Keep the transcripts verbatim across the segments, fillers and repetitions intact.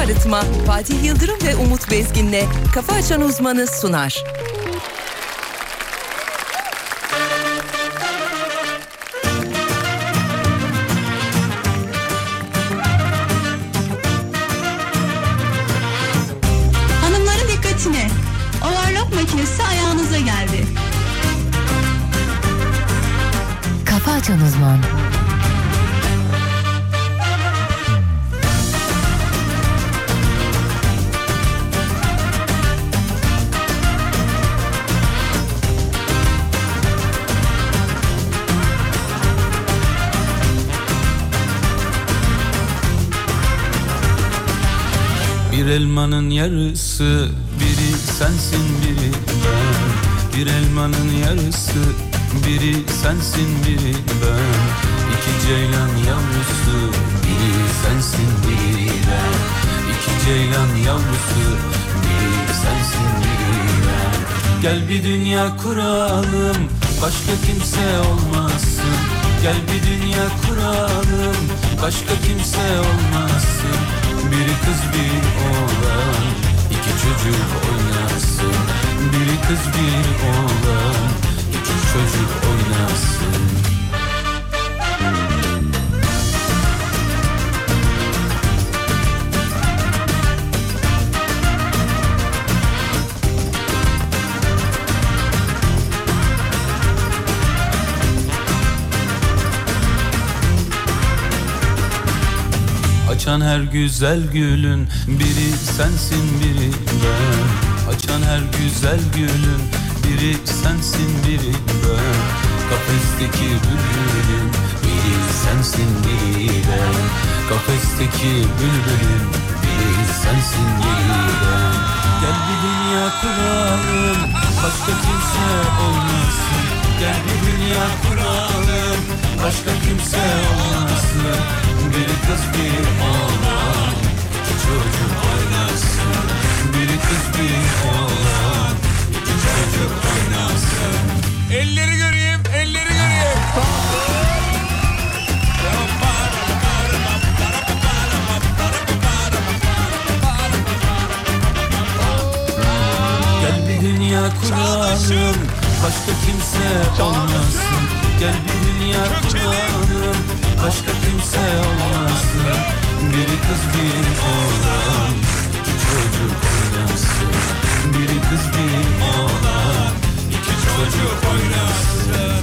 Arıtma Fatih Yıldırım ve Umut Bezgin'le Kafa Açan Uzmanı sunar. Hanımların dikkatine. Overlock makinesi ayağınıza geldi. Kafa Açan Uzman. Bir elmanın yarısı, biri sensin biri ben. Bir elmanın yarısı, biri sensin biri ben. İki ceylan yavrusu, biri sensin biri ben. İki ceylan yavrusu, biri sensin biri ben. Gel bir dünya kuralım, başka kimse olmasın. Gel bir dünya kuralım, başka kimse olmasın. Biri kız bir oğlan, iki çocuk oynasın. Biri kız bir oğlan, iki çocuk oynasın. Açan her güzel gülün biri sensin biri ben. Açan her güzel gülün biri sensin biri ben. Kafesteki bülbülün biri sensin biri ben. Kafesteki bülbülün biri sensin biri ben. Gel bir dünya kuralım, başka kimse olmasın. Gel bir dünya kuralım, başka kimse olmasın. Biri kız bir oğlan, iki çocuk oynasın. Biri kız bir oğlan, iki çocuk oynasın. Elleri göreyim, elleri göreyim. Gel bir dünya kuralım, başka kimse olmasın. Gel bir dünya kuralım, başka kimse olmasın. Biri kız bir oğlan, iki çocuk oynasın. Biri kız bir oğlan, iki çocuk oynasın.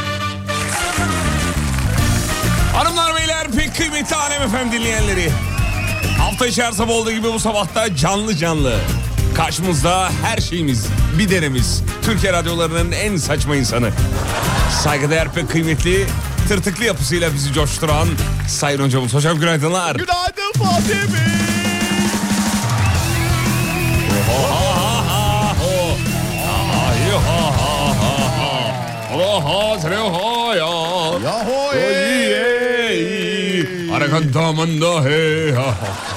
Hanımlar beyler, pek kıymetli Alem F M dinleyenleri. Hafta içi her sabah olduğu gibi bu sabahta canlı canlı. Karşımızda her şeyimiz, bir deremiz. Türkiye radyolarının en saçma insanı. Saygıdeğer pek kıymetli, tırtıklı yapısıyla bizi coşturan Sayın Hocamız. Hocam günaydınlar. Günaydın Fatih Bey. Arakan damanda he ha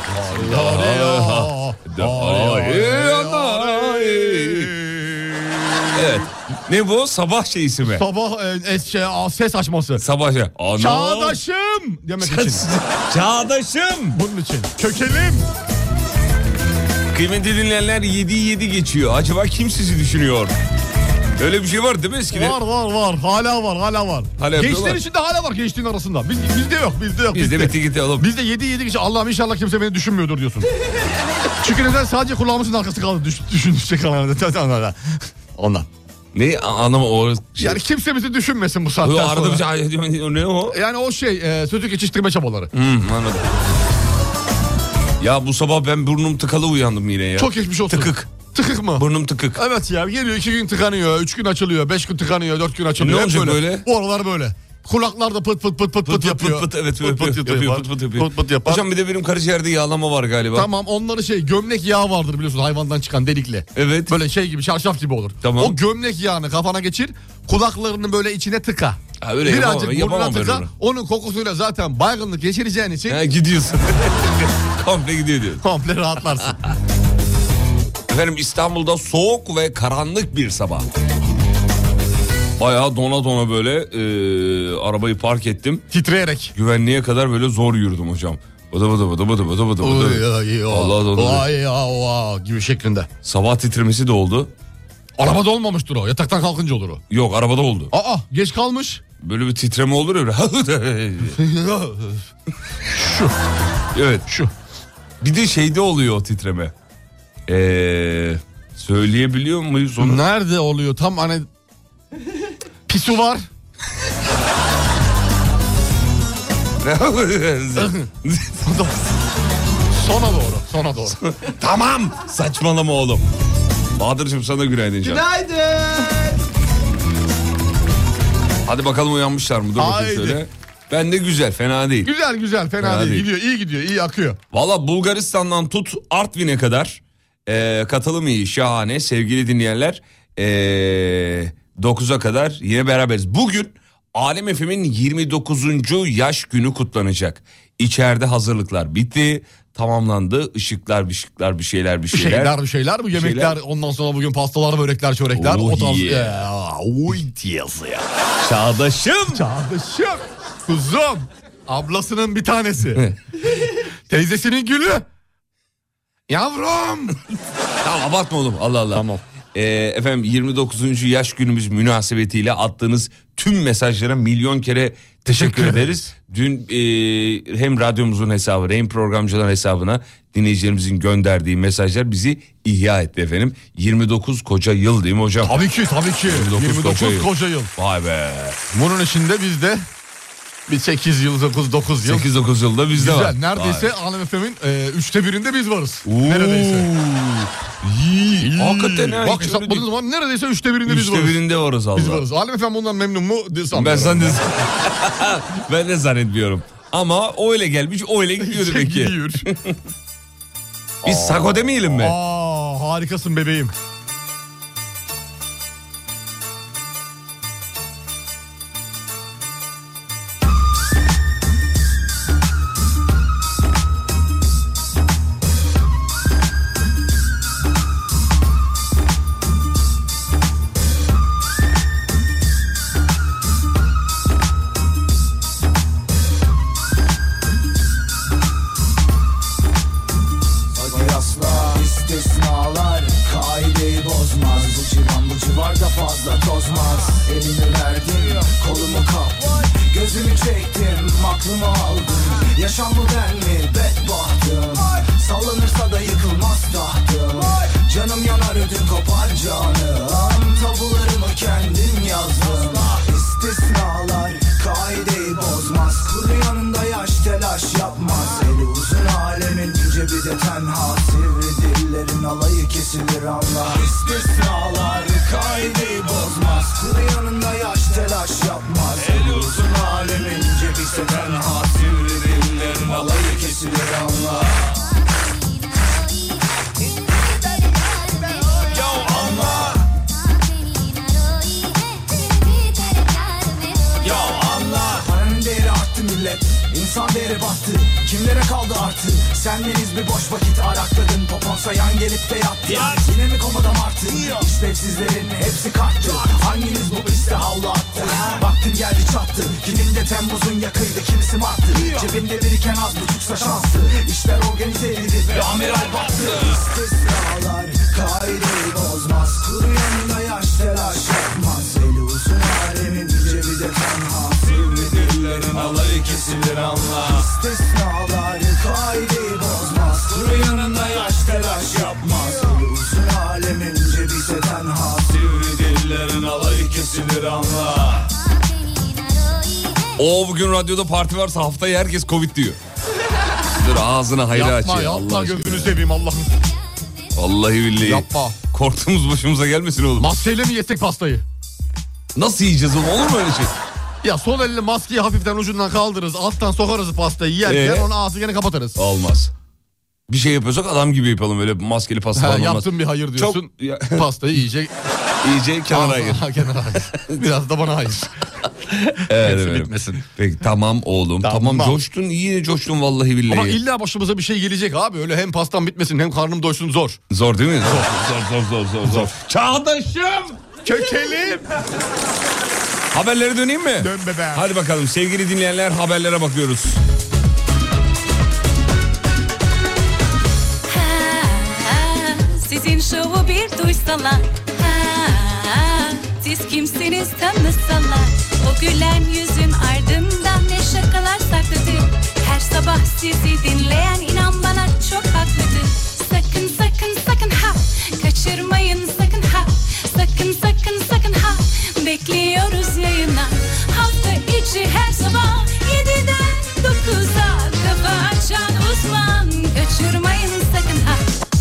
Evet. Ne bu? Sabah şeysi mi? Sabah e, şey, ses açması. Sabah şey. Ana. Çağdaşım demek için. Çağdaşım. Bunun için. Kökelim. Kıymetli dinleyenler, yediği yedi geçiyor. Acaba kim sizi düşünüyor? Öyle bir şey var değil mi eskiden? Var var var. Hala var hala var. Hala gençlerin içinde hala var, gençliğin arasında. Biz, bizde yok bizde yok. Bizde bitti gitti oğlum. Bizde yedi yedi kişi. Allah'ım inşallah kimse beni düşünmüyordur diyorsun. Çünkü neden? Sadece kulağımızın arkası kaldı. Düş, düşündükçe kalanlarda. Ondan. Ne anlama o şey. Yani kimse bizi düşünmesin bu saatten sonra. Arada bir şey, ne o? Yani o şey e, sözü geçiştirme çabaları. Hmm, anladım. Ya bu sabah ben burnum tıkalı uyandım yine ya. Çok geçmiş olsun. Tıkık. Tıkık mı? Burnum tıkık. Evet ya, geliyor iki gün tıkanıyor, üç gün açılıyor, beş gün tıkanıyor, dört gün açılıyor. Ne olacak böyle? böyle? Bu aralar böyle. Kulaklar da pıt pıt pıt pıt pıt yapıyor. Pıt pıt evet pıt pıt yapıyor, yapıyor, pıt pıt yapıyor. Pıt pıt yapar. Hocam bir de benim karaciğerde yağlama var galiba. Tamam, onları şey gömlek yağı vardır biliyorsun, hayvandan çıkan delikli. Evet. Böyle şey gibi, çarşaf gibi olur. Tamam. O gömlek yağını kafana geçir, kulaklarının böyle içine tıka. Ha, öyle birazcık yapamam, yapamam burnuna tıka. onu. Onun kokusuyla zaten baygınlık geçireceğin için. Ha, gidiyorsun. Komple gidiyor diyor. Komple rahatlarsın. Efendim, İstanbul'da soğuk ve karanlık bir sabah. Bayağı dona dona böyle e, arabayı park ettim. Titreyerek. Güvenliğe kadar böyle zor yürüdüm hocam. Bıdı bıdı bıdı bıdı bıdı bıdı bıdı. Allah Allah. Ay Allah gibi şeklinde. Sabah titremesi de oldu. Arabada olmamıştır o. Yataktan kalkınca olur o. Yok arabada oldu. Aa geç kalmış. Böyle bir titreme olur ya. Şu. Evet. Şu. Bir de şeyde oluyor o titreme. Eee söyleyebiliyor muyuz onu? Nerede oluyor? Tam hani pisu var. Sona doğru. Sona doğru. Tamam. Saçmalama oğlum. Bahadır'cığım sana günaydın canım. Günaydın. Hadi bakalım uyanmışlar mı? Dur bakayım Haydi. şöyle. Ben de güzel, fena değil. Güzel güzel fena, Fena değil. değil. Gidiyor iyi gidiyor iyi akıyor. Valla Bulgaristan'dan tut Artvin'e kadar e, katılım iyi, şahane. Sevgili dinleyenler e, dokuza kadar yine beraberiz. Bugün Alem F M'in yirmi dokuzuncu yaş günü kutlanacak. İçeride hazırlıklar bitti, tamamlandı. Işıklar, ışıklar, bir şeyler, bir Bir şeyler. şeyler bir şeyler bu yemekler şeyler. ondan sonra bugün pastalar börekler çörekler. Oh o tarz. yeah. Oy diyası ya. Çağdaşım. Çağdaşım. Kuzum. Ablasının bir tanesi. Teyzesinin gülü. Yavrum. Tamam abartma oğlum, Allah Allah. Tamam. Ee, efendim yirmi dokuzuncu yaş günümüz münasebetiyle attığınız tüm mesajlara milyon kere teşekkür, Teşekkür ederiz. Dün e, hem radyomuzun hesabı hem programcıların hesabına dinleyicilerimizin gönderdiği mesajlar bizi ihya etti efendim. yirmi dokuz koca yıl değil mi hocam? Tabii ki tabii ki. yirmi dokuz yirmi dokuz koca yıl. koca yıl. Vay be. Bunun içinde bizde bir sekiz yıl dokuz dokuz yıl. sekiz dokuz yılda bizde Güzel. var. Neredeyse Alem F M'in e, üçte birinde biz varız. Neredeyse. İyi. Hakikaten ha. Bak hiç öyle hesapladığın değil. zaman neredeyse üçte birinde biz Üçte varız. birinde varız Allah. Biz varız. Alem F M bundan memnun mu? Sanmıyorum. Ben sen de ben de zannetmiyorum. Ama o öyle gelmiş, o öyle gidiyor demek ki. Gidiyor. Biz sako demeyelim mi? Aa, harikasın bebeğim. Hadi asla istisnalar kaideyi bozmaz. Bu civan bu civarda fazla tozmaz. Elini verdim kolumu kaptım, gözümü çektim aklımı aldım. Yaşam bu ben mi bedbahtım, sallanırsa da yıkılmaz tahtım. Canım yanar ödüm kopar canım, tabularımı kendim yazdım. İstisnalar kaideyi bozmaz. Kuru yanında yaş telaş yapmaz. Eli uzun alemin cebi de tenha. Sivri dillerin alayı kesilir anla. İstisnalar kaideyi bozmaz. Kuru yanında yaş telaş yapmaz. Eli uzun alemin cebi de tenha. Sivri dillerin alayı kesilir anla. İnsan değeri battı, kimlere kaldı artı? Sendeniz bir boş vakit arakladın, popon sayan gelip de yattı. Yine mi komada martı? İşlevsizlerin hepsi kalktı. Hanginiz bu piste havlu attı? Vaktin geldi çattı, kiminde Temmuz'un yakıydı, kimisi Mart'tı. Cebinde biriken az buçuksa şanstı. İşler organizeydi ve amiral battı. İstisnalar kaideyi bozmaz. Kuru yanında yaş telaş yapmaz. Eli uzun alemin cebi de tenha. Sivri dillerin alayı kesilir anla. İstisnalar kaideyi bozmaz. Kuru yanında yaş telaş yapmaz. Eli uzun alemin cebi de tenha. Sivri dillerin alayı kesilir anla. O bugün radyoda parti varsa haftaya herkes Covid diyor. Dur ağzına hayra aç Yapma ya. yapma Allah gözünü aşkına. seveyim Allah'ım. Vallahi billahi. Yapma. Korktuğumuz başımıza gelmesin oğlum. Maskeyle mi yesek pastayı? Nasıl yiyeceğiz oğlum? Olur mu öyle şey? Ya sol elle maskeyi hafiften ucundan kaldırırız. Alttan sokarız pastayı yerken Ee? onu ağzı gene kapatırız. Olmaz. Bir şey yapıyorsak adam gibi yapalım, öyle maskeli pasta Ha, falan olmaz. yaptın bir hayır diyorsun. Çok ya- Pastayı iyice iyice kenara ayır. Ağzına, kenara ayır. Biraz da bana hayır. Evet, Hepsi efendim. bitmesin. Peki tamam oğlum. Tamam, Tamam. coştun, iyi coştun vallahi billahi. Ama illa başımıza bir şey gelecek abi. Öyle hem pastam bitmesin hem karnım doysun zor. Zor değil mi? Zor zor zor zor zor. Çağdaşım. Kökelim. Haberlere döneyim mi? Dön bebeğim. Hadi bakalım sevgili dinleyenler, haberlere bakıyoruz. tanısalar. Ha, siz kimsiniz tanısalar. O gülen yüzün ardından ne şakalar sakladı. Her sabah sizi dinleyen inan bana çok haklıdır. Sakın sakın sakın ha, kaçırmayın sakın ha. Sakın sakın sakın ha, bekliyoruz yayına. Hafta içi her sabah yediden dokuza kafa açan uzman, kaçırmayın sakın ha.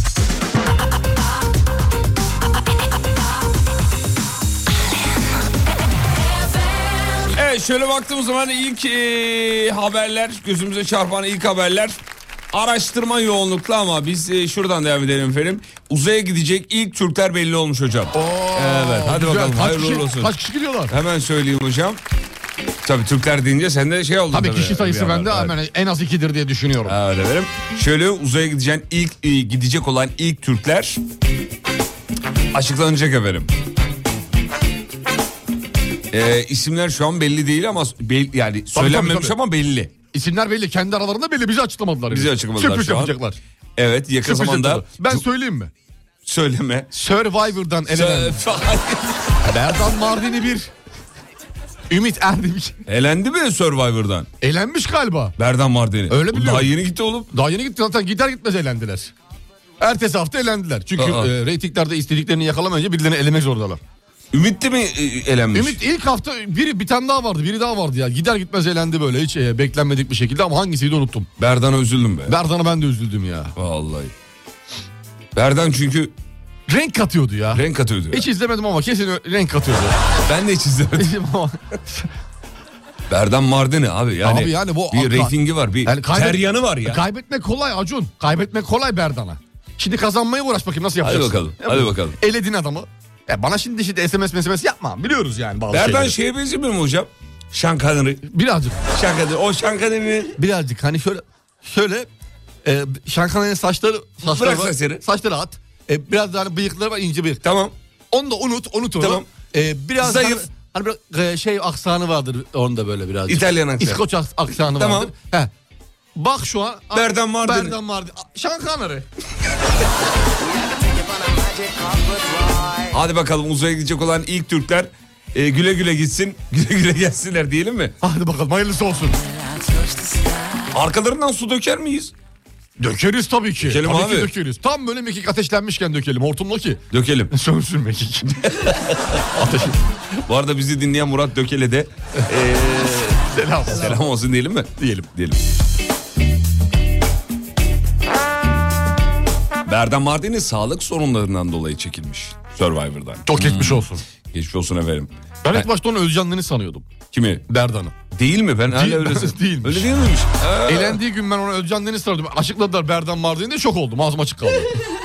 Evet, şöyle baktığımız zaman ilk e, haberler, gözümüze çarpan ilk haberler araştırma yoğunluklu ama biz e, şuradan devam edelim efendim. Uzaya gidecek ilk Türkler belli olmuş hocam. Oo, evet, hadi güzel. bakalım, Kaç hayırlı kişi, olsun. Kaç kişi gidiyorlar? Hemen söyleyeyim hocam. Tabii Türkler deyince sen de şey oldu. Tabii, tabii kişi sayısı bende evet. hemen en az ikidir diye düşünüyorum. Evet efendim. Şöyle uzaya gideceğin ilk e, gidecek olan ilk Türkler açıklanacak efendim. Ee, isimler şu an belli değil ama be, yani söylenmemiş tabii, tabii. ama belli. İsimler belli, kendi aralarında belli, bizi açıklamadılar. Bizi yani. açıklamadılar Sürpriz şu an. yapacaklar. Evet, yakın Sürpriz zamanda. yapacaklar. Ben söyleyeyim mi? Söyleme. Survivor'dan elenen Berdan Mardini bir, Ümit Erdemir. Elendi mi Survivor'dan? Elenmiş galiba. Berdan Mardini. Öyle O biliyorum. daha yeni gitti oğlum. Daha yeni gitti zaten, gider gitmez elendiler. Ertesi hafta elendiler. Çünkü e, reytinglerde istediklerini yakalamayınca birilerini elemek zordalar. Ümit de mi e, elenmiş? Ümit ilk hafta biri, bir tane daha vardı, biri daha vardı ya. Gider gitmez elendi böyle, hiç e, beklenmedik bir şekilde, ama hangisiydi unuttum. Berdan'a üzüldüm be. Berdan'a ben de üzüldüm ya. Vallahi. Berdan çünkü renk katıyordu ya. Renk katıyordu. Hiç ya. izlemedim ama kesin renk katıyordu. Ben de hiç izlemedim. Berdan Mardini abi yani. Abi yani bu bir reytingi var, bir yani kaybet, teryanı var ya. Kaybetmek kolay Acun. Kaybetmek kolay Berdan'a. Şimdi kazanmaya uğraş bakayım, nasıl yapacaksın? Hadi bakalım. Hadi bakalım. Eledin adamı. Ya bana şimdi şimdi S M S M S yapma. Biliyoruz yani bazı Berdan şeyleri. şeye benzemiyor mu hocam? Sean Connery. Birazcık. Sean Connery. O Sean Connery'nin birazcık hani şöyle şöyle e, Sean Connery'nin saçları saçları bırak var, saçları. Saçları at. E, biraz daha hani bıyıkları var, ince bıyık. Tamam. Onu da unut, unut onu. Tamam. E, biraz zayıf. Hani, hani biraz şey aksanı vardır onda böyle birazcık. İtalyan aksanı. İskoç aksanı tamam. vardır. He. Bak şu an. Berdan Mardini. Berdan Mardini. Sean Connery. Hadi bakalım, uzaya gidecek olan ilk Türkler e, güle güle gitsin, güle güle gelsinler diyelim mi? Hadi bakalım, hayırlısı olsun. Arkalarından su döker miyiz? Dökeriz tabii ki. Dökelim tabii abi. ki dökeriz. Tam böyle mekik ateşlenmişken dökelim. Hortumla ki. Dökelim. Sönsün mekik. Ateşi. Bu arada bizi dinleyen Murat Dökel'e de e, selam. selam olsun diyelim mi? Diyelim. Diyelim. Berdan Mardini sağlık sorunlarından dolayı çekilmiş Survivor'dan. Çok geçmiş hmm. olsun. Geçmiş olsun efendim. Ben, ben ilk başta onu Özcanlı'nı sanıyordum. Kimi? Berdan'ı. Değil mi? Ben hala öyle değilmiş. Öyle değil miymiş? Ha. Elendiği gün ben onu Özcan Deniz sanıyordum. Açıkladılar Berdan Mardini'de, şok oldum. Ağzım açık kaldı.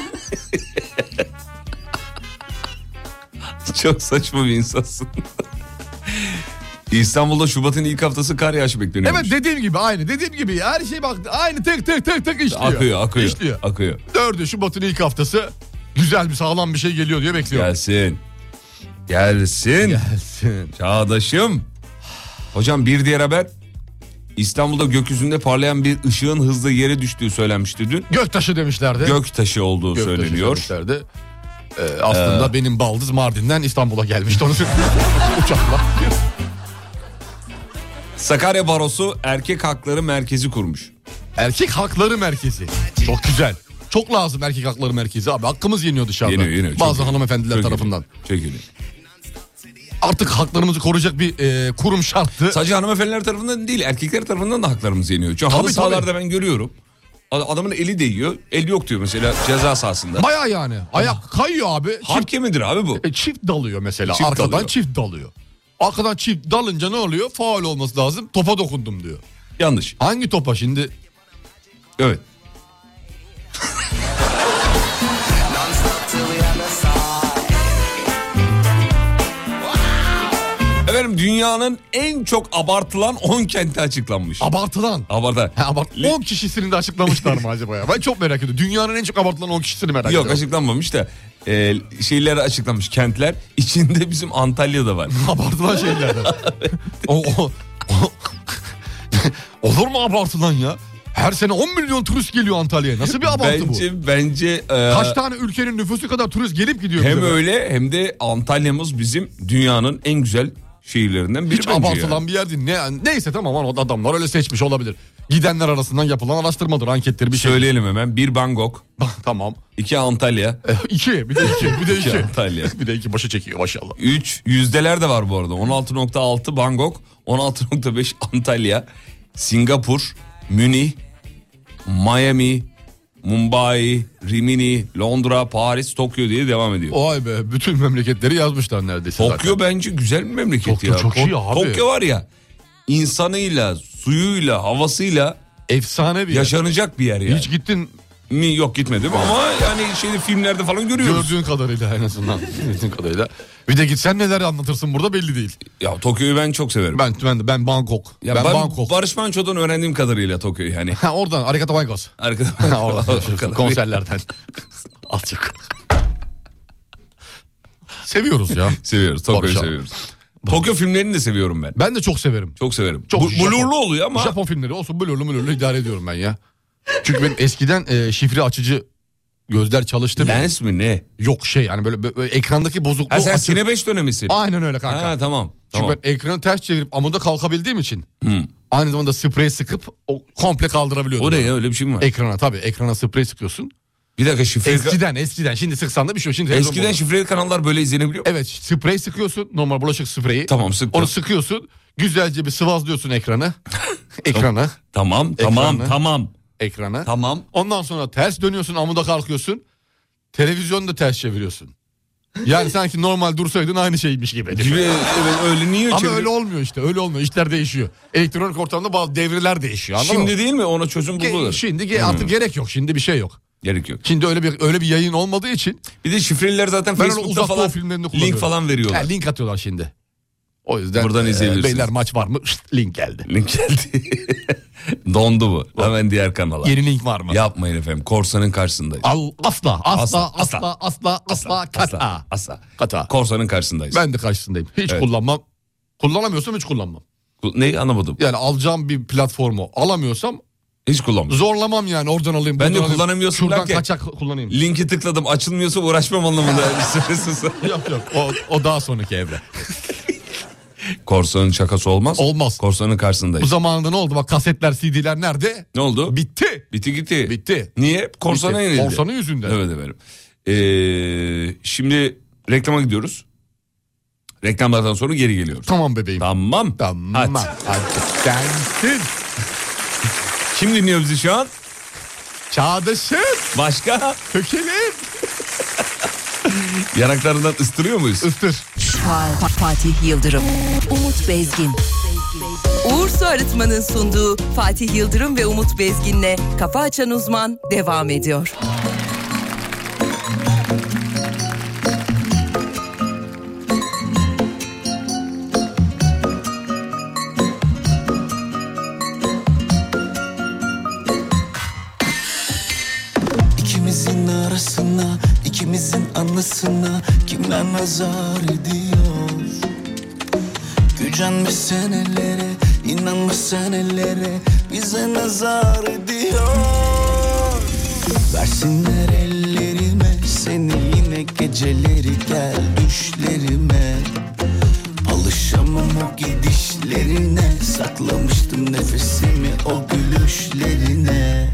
Çok saçma bir insansın. İstanbul'da Şubat'ın ilk haftası kar yağışı bekleniyor. Evet, dediğim gibi aynı. Dediğim gibi her şey bak aynı, tek tek tek tek işliyor. Akıyor, akıyor. İşliyor. Akıyor. dördü Şubat'ın ilk haftası güzel bir, sağlam bir şey geliyor diye bekliyorum. Gelsin. Gelsin. Gelsin. Çağdaşım. Hocam bir diğer haber. İstanbul'da gökyüzünde parlayan bir ışığın hızla yere düştüğü söylenmişti dün. Göktaşı demişlerdi. Göktaşı olduğu Göktaşı söyleniyor. demişlerdi. Ee, aslında ee... benim baldız Mardin'den İstanbul'a gelmişti. Onu uçakla. Sakarya Barosu Erkek Hakları Merkezi kurmuş. Erkek Hakları Merkezi. Çok güzel. Çok lazım erkek hakları merkezi abi. Hakkımız yeniyor dışarıda. Yeniyor, yeniyor. Bazı hanımefendiler çok tarafından. Çok iyi. Artık haklarımızı koruyacak bir e, kurum şarttı. Sadece hanımefendiler tarafından değil, erkekler tarafından da haklarımız yeniyor. Çünkü halı sahalarda ben görüyorum. Adamın eli değiyor. El yok diyor mesela ceza sahasında. Baya yani. Ayak kayıyor abi. Hakemidir abi bu. E, çift dalıyor mesela. Çift Arkadan dalıyor. çift dalıyor. Arkadan çift dalınca ne oluyor? Faul olması lazım. Topa dokundum diyor. Yanlış. Hangi topa şimdi? Evet. Efendim, dünyanın en çok abartılan on kenti açıklanmış. Abartılan? Abartılan. He, abart- on kişisini de açıklamışlar mı acaba ya? Ben çok merak ediyorum. Dünyanın en çok abartılan on kişisini merak ediyorum. Yok, açıklanmamış da e, şeyler açıklanmış, kentler. İçinde bizim Antalya'da var. Abartılan şeylerden. o, o, o, olur mu abartılan ya? Her sene on milyon turist geliyor Antalya'ya. Nasıl bir abartı bence, bu? Bence... E, Kaç tane ülkenin nüfusu kadar turist gelip gidiyor. Hem bize öyle hem de Antalya'mız bizim dünyanın en güzel şehirlerinden biri. Hiç bence abartılan yani. bir yer değil. Ne, neyse tamam adamlar öyle seçmiş olabilir. Gidenler arasından yapılan araştırmadır, ankettir bir şey. Söyleyelim hemen. Bir Bangkok. Tamam. İki Antalya. E, iki. Bir de iki. Bir de iki. iki Antalya. Bir de iki başı çekiyor maşallah. Üç. Yüzdeler de var bu arada. on altı nokta altı Bangkok. on altı nokta beş Antalya. Singapur. Münih. Miami. Mumbai. Rimini. Londra. Paris. Tokyo diye devam ediyor. Vay be. Bütün memleketleri yazmışlar neredeyse Tokyo zaten. bence güzel bir memleket Tokyo ya. çok iyi abi. Tokyo var ya. İnsanıyla, suyuyla, havasıyla efsane bir yaşanacak yer. bir yer yani. Hiç gittin mi? Yok gitmedim ama yani şeyde filmlerde falan görüyoruz. Gördüğün kadarıyla en azından. Gördüğün kadarıyla. Bir de gitsen neler anlatırsın burada belli değil. Ya Tokyo'yu ben çok severim. Ben ben ben Bangkok. Ya ben Bar- Bangkok. Barış Manço'dan öğrendiğim kadarıyla Tokyo'yu hani. Ha oradan Arigato Gozaimashita. Arkada oradan konserlerden. Azıcık. Seviyoruz ya. Seviyoruz. Tokyo'yu Barış abi. seviyoruz. Tokyo filmlerini de seviyorum ben. Ben de çok severim. Çok severim. Çok Bu, Japon- blurlu oluyor ama. Japon filmleri olsun blurlu blurlu idare ediyorum ben ya. Çünkü benim eskiden e, şifre açıcı gözler çalıştı. Lens mi ne? Yok şey yani böyle, böyle, böyle ekrandaki bozukluğu Ha sen açıp... Cine beş dönemisin. Aynen öyle kanka. Ha tamam. Çünkü tamam. ben ekranı ters çevirip amuda kalkabildiğim için Hmm. aynı zamanda sprey sıkıp o komple kaldırabiliyordum. O ne ya, öyle bir şey mi var? Ekrana tabii ekrana sprey sıkıyorsun. Bir dakika şifreli... Eskiden eskiden şimdi sıksan da bir şey yok. Şimdi televizyon Eskiden bu. şifreli kanallar böyle izlenebiliyor mu? Evet sprey sıkıyorsun normal bulaşık spreyi. Tamam sıktım. Onu sıkıyorsun güzelce bir sıvazlıyorsun ekranı. Ekrana. Tamam tamam Ekranı. tamam. Ekrana. Tamam. Ondan sonra ters dönüyorsun amuda kalkıyorsun. Televizyonu da ters çeviriyorsun. Yani sanki normal dursaydın aynı şeymiş gibi. Gibi, evet, öyle niye Ama çevir- öyle olmuyor işte öyle olmuyor işler değişiyor. Elektronik ortamda bazı devreler değişiyor. anladın Şimdi mı? değil mi ona çözüm Ge- bulurlar? Şimdi ge- artık Hmm. gerek yok şimdi bir şey yok. Gerek yok. Şimdi öyle bir öyle bir yayın olmadığı için Bir de şifreliler zaten ben öyle Facebook'ta uzak doğu falan filmlerinde kullanıyorum. link falan veriyorlar. Ha, link atıyorlar şimdi. O yüzden Buradan e, izleyebilirsiniz. beyler maç var mı? Şşt, link geldi. Link geldi. Dondu bu. Hemen diğer kanala. Yeni link var mı? Yapmayın efendim. Korsanın karşısındayız. Al, asla, asla, Asla, asla, asla, asla, kata. Asla. Asla. Kata. Korsanın karşısındayız. Ben de karşısındayım. Hiç Evet. kullanmam. Kullanamıyorsam hiç kullanmam. Neyi anlamadım. Yani alacağım bir platformu alamıyorsam Hiç kullanmıyorum. zorlamam yani oradan alayım. Ben de buradan alayım, kullanamıyorsun şuradan derken- kaçak kullanayım. Linki tıkladım açılmıyorsa uğraşmam anlamında. yok yok o, o daha sonraki evre. Korsanın şakası olmaz. Olmaz. Korsanın Bu karşısındayız. zamanında ne oldu? Bak kasetler, C D'ler nerede? Ne oldu? Bitti. Bitti gitti. Bitti. Niye? Korsana Bitti. yenildi. Korsanın yüzünden. Evet efendim. Ee, şimdi reklama gidiyoruz. Reklamlardan sonra geri geliyoruz. Tamam bebeğim. Tamam. Tamam. Hadi. Hadi sensin. Kim dinliyor bizi şu an? Çağdaşım. Başka? Kökelim. Yanaklarından ıstırıyor muyuz? Istır. Fa- Fatih Yıldırım, Umut Bezgin. Uğur Su Arıtma'nın sunduğu Fatih Yıldırım ve Umut Bezgin'le Kafa Açan Uzman devam ediyor. İkimizin arasına, ikimizin anısına kimler nazar ediyor? Gücenmiş senelere, inanmış senelere bize nazar ediyor. Versinler ellerime seni yine geceleri gel düşlerime. Alışamam o gidişlerine, saklamıştım nefesimi o gülüşlerine.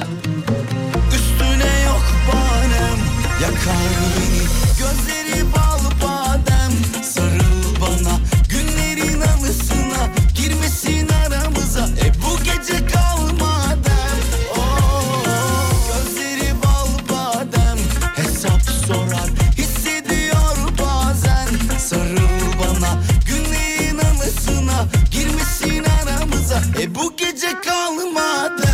Üstüne yok bahanem, yakar beni gözleri bal badem. Sarıl bana günlerin anısına, girmesin aramıza e bu gece kalmadan. Oh, gözleri bal badem, hesap sorar hissediyor bazen. Sarıl bana günlerin anısına, girmesin aramıza e bu gece kalmadan.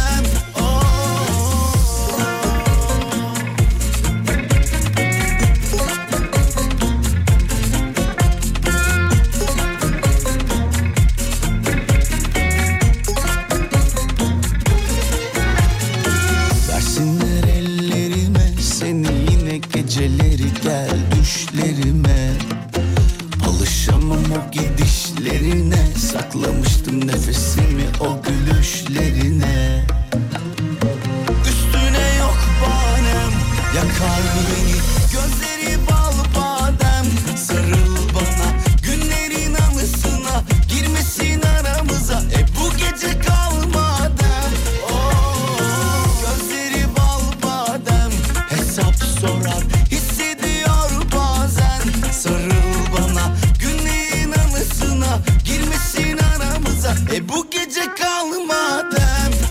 yakar beni. Gözleri bal badem, sarıl bana. Günlerin anısına girmesin aramıza. E bu gece kal madem. Oh, gözleri bal badem, hesap sorar, hissediyor bazen. Sarıl bana, günlerin anısına girmesin aramıza. E bu gece kal madem.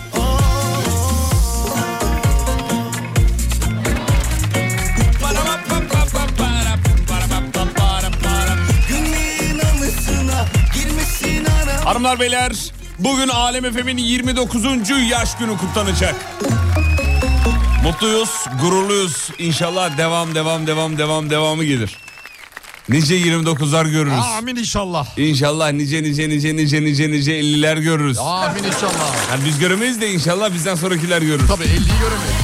Hanımlar beyler, bugün Alem F M'in yirmi dokuzuncu yaş günü kutlanacak. Mutluyuz, gururluyuz. İnşallah devam devam devam devam devamı gelir. Nice yirmi dokuzlar görürüz. Amin inşallah. İnşallah nice nice nice nice nice nice elliler görürüz. Amin inşallah. Yani biz göremeyiz de inşallah bizden sonrakiler görür. Tabii elliyi göremeyiz.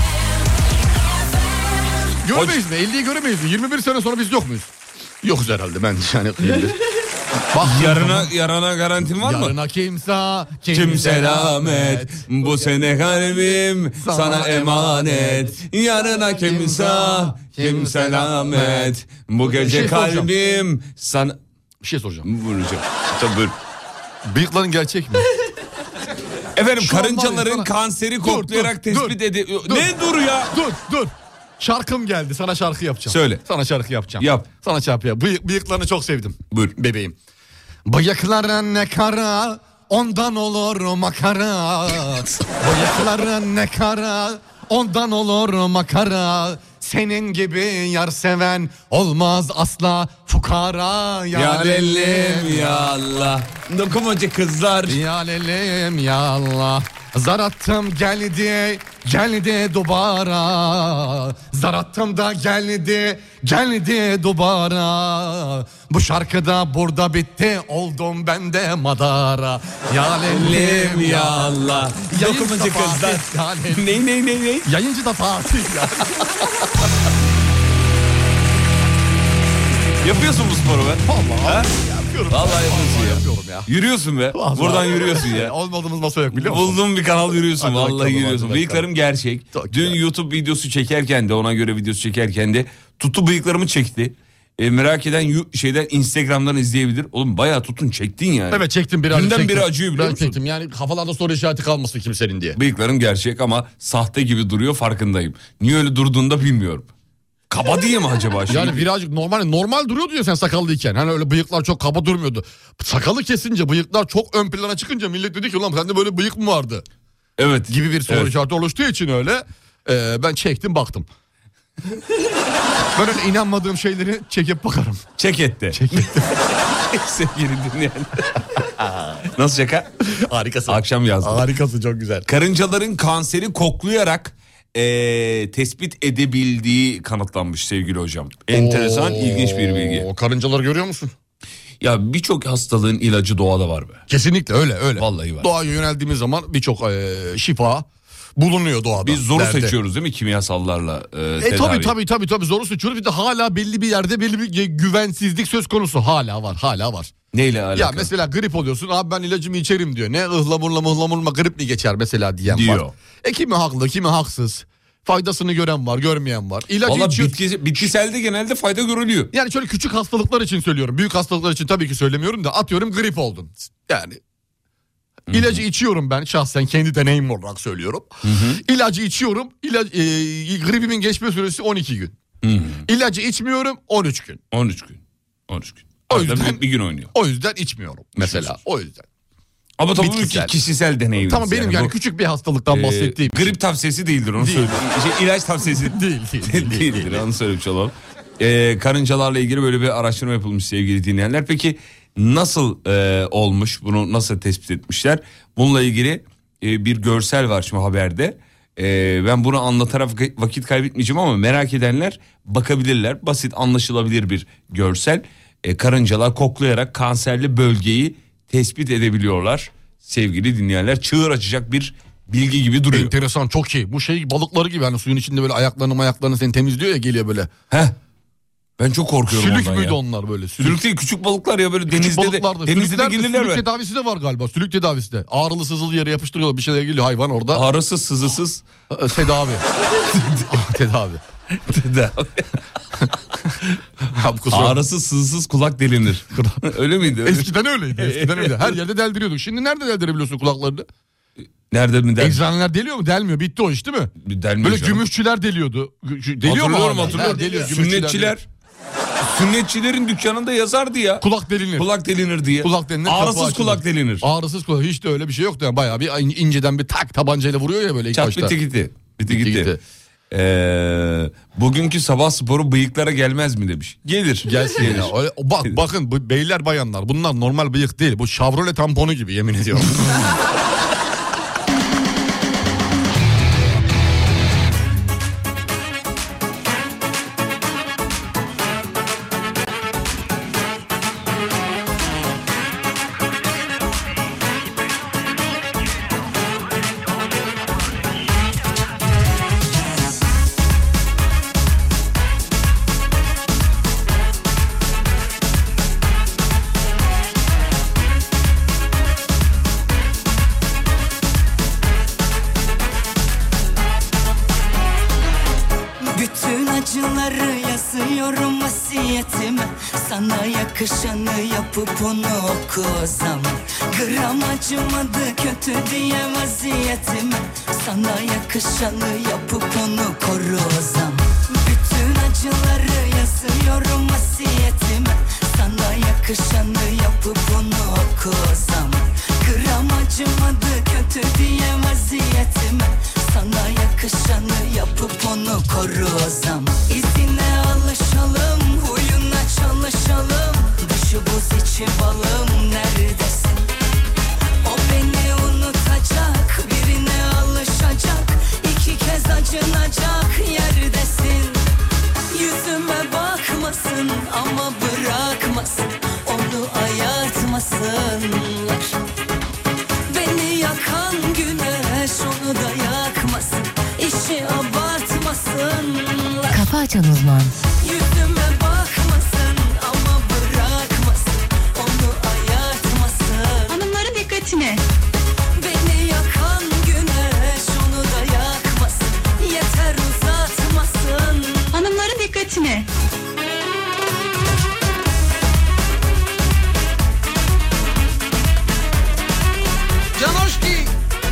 Göremeyiz mi? elliyi göremeyiz mi? yirmi bir sene sonra biz yok muyuz? Yokuz herhalde ben yani. Bak yarına yarına garantin var mı? Yarına kimse kim selamet. Bu sene kalbim sana, sana emanet. Yarına kimse kim selamet. Bu gece şey kalbim sana... Bir şey soracağım. Vuracağım. Tabii. Bıyıkların gerçek mi? Efendim şu karıncaların sana... kanseri dur, koklayarak dur, tespit edildi. Ne dur ya? Dur dur. Şarkım geldi. Sana şarkı yapacağım. Söyle. Sana şarkı yapacağım. Yap. Sana şarkı yap. Bıyık, bıyıklarını çok sevdim. Buyur. Bebeğim. Bıyıkların ne kara, ondan olur makara. Bıyıkların ne kara, ondan olur makara. Senin gibi yar seven olmaz asla fukara. Ya, ya lellim ya Allah. Dokunmacı kızlar. Ya lellim ya Allah. Zar attım geldi, geldi dubara. Zar attım da geldi, geldi dubara. Bu şarkıda burada bitti, oldum ben de madara. Ya lellim ya Allah. Dokunmacı kızlar. Ney ney ney ney? Yayıncı da Fatih ya. Yapıyorsun bu sporu be. Vallahi yapıyorum. Vallahi yapıyorsun ya. Yapıyorum ya. Yürüyorsun be. Vallahi. Buradan yürüyorsun ya. Olmadığımız masa yok biliyor musun? Buldum bir kanal yürüyorsun. Hadi Vallahi bakalım, yürüyorsun. hadi Bıyıklarım gerçek. Çok Dün güzel. YouTube videosu çekerken de ona göre videosu çekerken de tuttu bıyıklarımı çekti. E, merak eden yu- şeyden Instagram'dan izleyebilir. Oğlum bayağı tutun çektin yani. Evet çektim biraz. Günden çektim. biri acıyor biliyor ben musun? çektim yani kafalarda soru işareti kalmasın kimsenin diye. Bıyıklarım gerçek ama sahte gibi duruyor farkındayım. Niye öyle durduğunu da bilmiyorum. Kaba diye mi acaba? Şey? Yani birazcık normal normal duruyordu ya sen sakallıyken. Hani öyle bıyıklar çok kaba durmuyordu. Sakalı kesince bıyıklar çok ön plana çıkınca millet dedi ki ulan sende böyle bıyık mı vardı? Evet. Gibi bir soru evet. işareti oluştuğu için öyle e, ben çektim baktım. Ben öyle inanmadığım şeyleri çekip bakarım. Çek etti. Çek etti. Sevgili dinleyen. Nasıl şaka? Harikasın. Akşam yazdım. Harikasın çok güzel. Karıncaların kanseri koklayarak e, tespit edebildiği kanıtlanmış sevgili hocam. Enteresan, Oo, ilginç bir bilgi. O karıncaları görüyor musun? Ya birçok hastalığın ilacı doğada var be. Kesinlikle öyle öyle. Vallahi var. Doğaya yöneldiğimiz zaman birçok e, şifa bulunuyor doğada. Biz zoru Derde. seçiyoruz değil mi kimyasallarla e, E tedavi? tabii tabii tabii tabii zoru seçiyoruz. Bir de hala belli bir yerde belli bir güvensizlik söz konusu. Hala var hala var. Neyle alakalı? Ya mesela grip oluyorsun abi ben ilacımı içerim diyor. Ne ıhlamurla mıhlamurla grip mi geçer mesela diyen diyor. var. E kimi haklı kimi haksız. Faydasını gören var görmeyen var. İlacı Valla içiyor... bitki, bitkiselde genelde fayda görülüyor. Yani şöyle küçük hastalıklar için söylüyorum. Büyük hastalıklar için tabii ki söylemiyorum da atıyorum grip oldun. Yani Hı-hı. ilacı içiyorum ben şahsen kendi deneyim olarak söylüyorum. Hı-hı. İlacı içiyorum. İlaç, e, gribimin geçme süresi on iki gün. Hı-hı. İlacı içmiyorum on üç gün. on üç gün. on üç gün. O yüzden bir, bir gün oynuyor. O yüzden içmiyorum mesela. İçmiyorsun. O yüzden. Ama tabii ki kişisel deneyim. Tamam benim yani, yani bu, küçük bir hastalıktan e, bahsettiğim. Grip tavsiyesi değildir onu söyleyeyim. Şey, ilaç tavsiyesi değil, değil, değil, değil, değildir değil. Onu söylemiş olalım. Ee, karıncalarla ilgili böyle bir araştırma yapılmış sevgili dinleyenler. Peki nasıl e, olmuş? Bunu nasıl tespit etmişler? Bununla ilgili e, bir görsel var şimdi haberde. E, ben bunu anlatarak vakit kaybetmeyeceğim ama merak edenler bakabilirler. Basit anlaşılabilir bir görsel. E, karıncalar koklayarak kanserli bölgeyi tespit edebiliyorlar. Sevgili dinleyenler, çığır açacak bir bilgi gibi duruyor. Enteresan, çok iyi. Bu şey balıkları gibi hani suyun içinde böyle ayaklarını ayaklarını seni temizliyor ya, geliyor böyle. Heh. Ben çok korkuyorum sülük ondan ya. Sülük müydü onlar böyle? Sülük. Sülük değil, küçük balıklar ya böyle küçük denizde de, denizde de gelirler. Sülük mi? tedavisi de var galiba. Sülük tedavisi de. Ağrılı sızılı yere yapıştırıyorlar, bir şeyler geliyor hayvan orada. Ağrısız sızısız. Tedavi. Tedavi. Ağrısız sızsız kulak delinir. Öyle miydi? Eskiden öyleydi. Eskiden öyleydi. Her yerde deldiriyorduk. Şimdi nerede deldirebiliyorsun kulaklarını? Nerede mi del? Eczaneler deliyor mu? Delmiyor. Bitti o iş değil mi? Delmiyor böyle canım. Gümüşçüler deliyordu. Deliyor mu? Hatırlıyorum hatırlıyorum. Deliyor. Sünnetçiler. Sünnetçilerin dükkanında yazardı ya. Kulak delinir. Kulak delinir diye. Kulak delinir. Ağrısız kulak delinir. Ağrısız kulak. Hiç de öyle bir şey yoktu. Yani bayağı bir inceden bir tak tabancayla vuruyor ya böyle ilk Çat başta. bitti gitti. Bitti gitti. gitti. Ee, bugünkü sabah sporu bıyıklara gelmez mi demiş. Gelir. Gelsin ya. Öyle, bak bakın bu beyler bayanlar bunlar normal bıyık değil. Bu Chevrolet tamponu gibi yemin ediyorum. Sana yakışanı yapıp onu oku o zaman. Gram acımadı kötü diye vaziyetime. Sana yakışanı yapıp onu koru o zaman. Bütün acıları yazıyorum vasiyetime. Sana yakışanı yapıp onu oku o zaman. Gram acımadı kötü diye vaziyetime. Sana yakışanı yapıp onu koru o zaman. İzine alışalım, huyuna çalışalım. Dışı buz içi balım, neredesin? O beni unutacak, birine alışacak. İki kez acınacak yerdesin. Yüzüme bakmasın ama bırakmasın. Onu ayartmasınlar. Beni yakan güneş onu da yakmasın. İşi abartmasınlar. Kafa Açan Uzman. Yüzüme bakmasın ama bırakmasın. Onu ayartmasın. Hanımların dikkatine. Beni yakan güneş onu da yakmasın. Yeter uzatmasın. Hanımların dikkatine. Canoşki.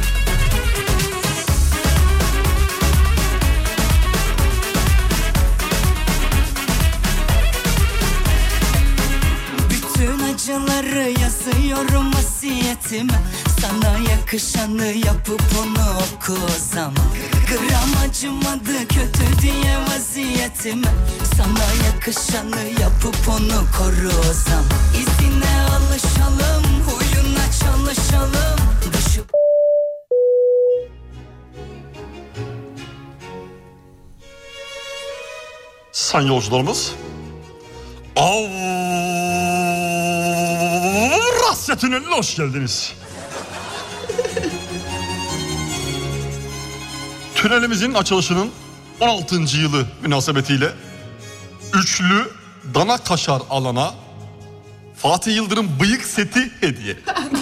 Bütün acıları yazıyorum vasiyetime. Sana yakışanı yapıp onu oku o zaman. Gram acımadı kötü diye vaziyetime. Sana yakışanı yapıp onu koru o zaman. İzine alışalım, huyuna çalışalım. Dışı... Sayın yolcularımız, Avrasya Tüneli'ne hoş geldiniz. Tünelimizin açılışının on altıncı yılı münasebetiyle üçlü dana kaşar alana Fatih Yıldırım bıyık seti hediye.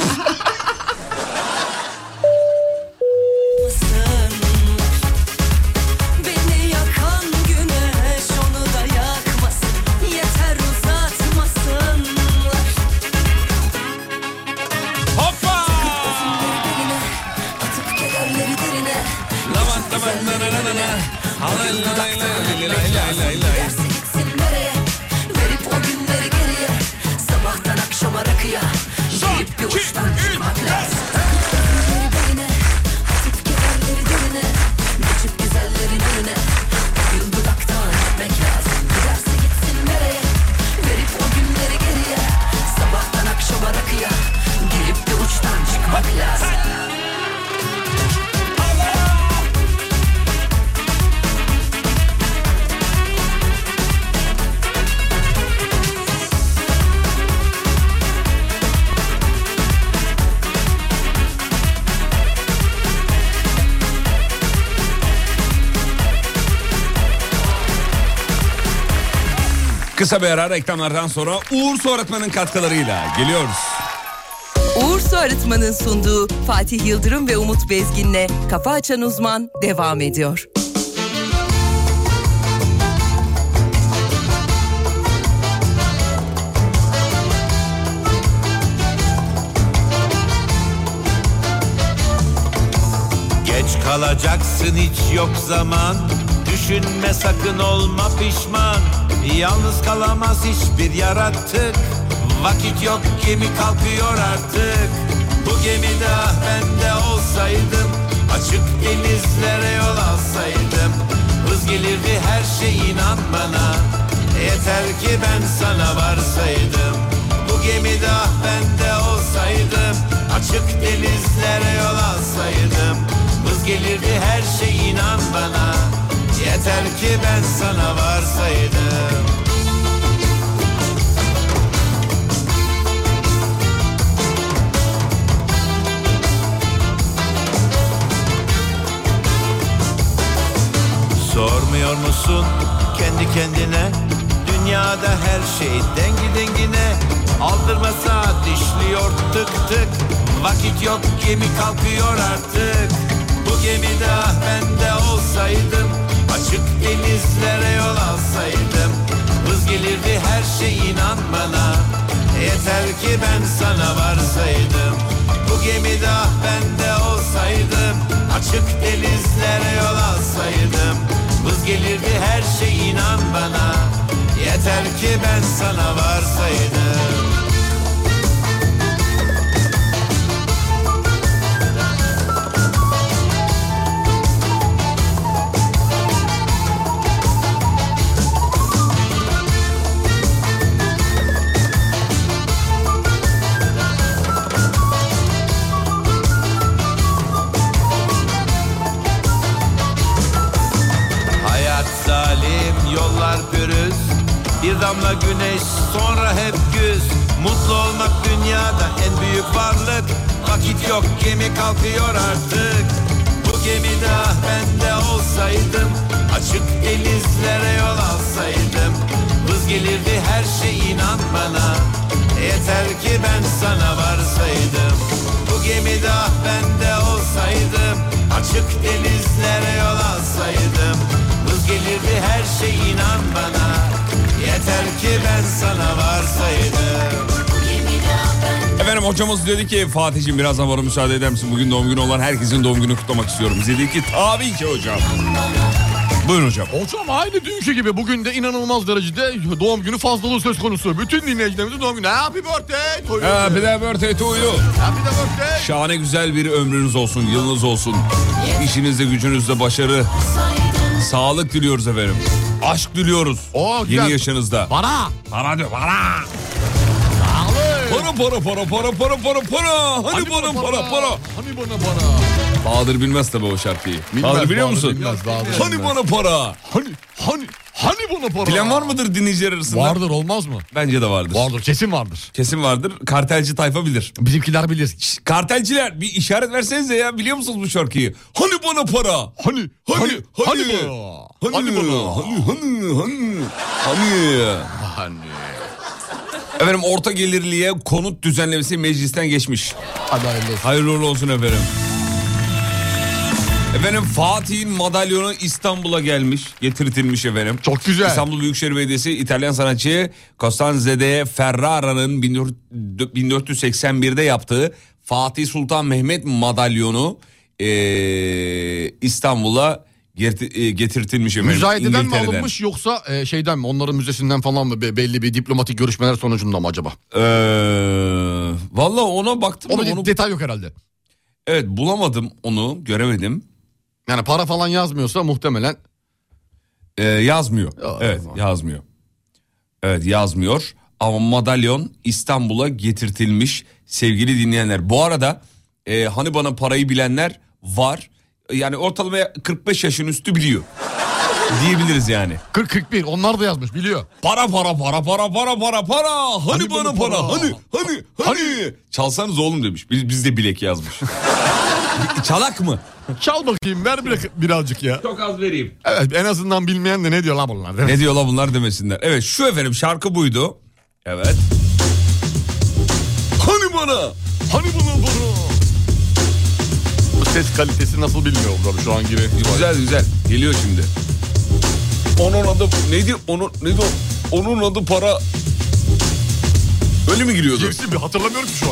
Beni yakan güneş onu da yakmasın. Yeter uzatmasınlar. Hoppa! Atıp kederleri derine. Laman laman la la la la. Alay la lay lay lay lay lay lay. Giderse gitsin nereye? Verip o günleri geriye. Sabahtan akşama rakıya. Yiyip bir uçtan çıkmak lazım. Derine, atıp kederleri derine. Geçip güzellerin önüne. Gül dudaktan öpmek lazım. Giderse gitsin nereye? Verip o günleri geriye. Sabahtan akşama rakıya. Girip bir uçtan çıkmak lazım. Kısa bir ara, reklamlardan sonra Uğur Su Arıtma'nın katkılarıyla geliyoruz. Uğur Su Arıtma'nın sunduğu Fatih Yıldırım ve Umut Bezgin'le Kafa Açan Uzman devam ediyor. Kalacaksın hiç yok zaman, düşünme sakın olma pişman. Yalnız kalamaz hiçbir yaratık, vakit yok gemi kalkıyor artık. Bu gemide ah ben de olsaydım, açık denizlere yol alsaydım. Hız gelirdi her şey inan bana, yeter ki ben sana varsaydım. Bu gemide ah ben de olsaydım, açık denizlere yol alsaydım. Hız gelirdi her şey inan bana, yeter ki ben sana varsaydım. Sormuyor musun kendi kendine, dünyada her şey dengi dengine. Aldırma saat işliyor tık tık, vakit yok gemi kalkıyor artık. Bu gemide ah ben de olsaydım, açık denizlere yol alsaydım. Hız gelirdi her şey inan bana, yeter ki ben sana varsaydım. Bu gemide ah ben de olsaydım, açık denizlere yol alsaydım. Hız gelirdi her şey inan bana, yeter ki ben sana varsaydım. Zalim yollar pürüz, bir damla güneş sonra hep güz. Mutlu olmak dünyada en büyük varlık, vakit yok gemi kalkıyor artık. Bu gemide ah ben de olsaydım, açık denizlere yol alsaydım. Hız gelirdi her şey inan bana, yeter ki ben sana varsaydım. Bu gemide ah ben de olsaydım, açık denizlere yol alsaydım. Hız gelirdi her şey inan bana, yeter ki ben sana varsaydım. Efendim hocamız dedi ki Fatih'ciğim birazdan bana müsaade eder misin? Bugün doğum günü olan herkesin doğum gününü kutlamak istiyorum. Biz dedik ki tabii ki hocam. Buyurun hocam. Hocam aynı dünkü gibi bugün de inanılmaz derecede doğum günü fazlalığı söz konusu. Bütün dinleyicilerimizin doğum günü. Happy birthday to you. Happy birthday to you. Happy birthday. Şahane güzel bir ömrünüz olsun, yılınız olsun. İşinizde, gücünüzde başarı, sağlık diliyoruz efendim. Aşk diliyoruz. Oo, yeni yaşınızda. Para. Para diyor, para. Para para para para para para para. Hani, hani bana para para. para. Hani bana para. Bahadır bilmez tabii o şarkıyı. Bilmez, Bahadır biliyor musun? Bilmez, Bahadır hani bilmez. bana para. Hani hani hani bana para. Bilen var mıdır dinleyiciler arasında? Vardır, olmaz mı? Bence de vardır. Vardır, kesin vardır. Kesin vardır. Kartelci tayfa bilir. Bizimkiler bilir. Şş, kartelciler bir işaret versenize ya, biliyor musunuz bu şarkıyı? Hani bana para. Hani hani hani hani hani bana. Hani Hani bana. Hani hani hani. Hani. Hani. Efendim orta gelirliye konut düzenlemesi meclisten geçmiş. Hadi hayırlı olsun. Hayırlı uğurlu olsun efendim. Efendim Fatih'in madalyonu İstanbul'a gelmiş, getirtilmiş efendim. Çok güzel. İstanbul Büyükşehir Belediyesi İtalyan sanatçı Costanzo Ferrara'nın bin dört yüz seksen birde yaptığı Fatih Sultan Mehmet madalyonu ee, İstanbul'a getirtilmiş efendim. Müzayededen mi alınmış yoksa e, şeyden mi, onların müzesinden falan mı, Be- belli bir diplomatik görüşmeler sonucunda mı acaba? Ee, Valla ona baktım. O da bir onu... detay yok herhalde. Evet, bulamadım onu, göremedim. Yani para falan yazmıyorsa muhtemelen. Ee, yazmıyor. Ya, evet tamam. yazmıyor. Evet yazmıyor. Ama madalyon İstanbul'a getirtilmiş sevgili dinleyenler. Bu arada e, hani bana parayı bilenler var. Yani ortalama kırk beş yaşın üstü biliyor. Diyebiliriz yani. kırk kırk bir onlar da yazmış, biliyor. Para para para para para para para. Hani, hani bana para, para. Hani, hani hani hani. Çalsanız oğlum demiş. Biz, biz de bilek yazmış. Çalak mı? Çal bakayım, ver bir, birazcık ya. Çok az vereyim. Evet, en azından bilmeyen de ne diyor la bunlar, değil mi? Ne diyor la bunlar demesinler. Evet, şu efendim şarkı buydu. Evet. Hani bana. Hani bana para. Bu ses kalitesi nasıl bilmiyorum tabii şu an gibi. Güzel güzel. Geliyor şimdi. Onun adı neydi? Onun neydi o? Onun adı para. Öyle mi giriyordu? Girsin bir hatırlamıyorum ki şu an.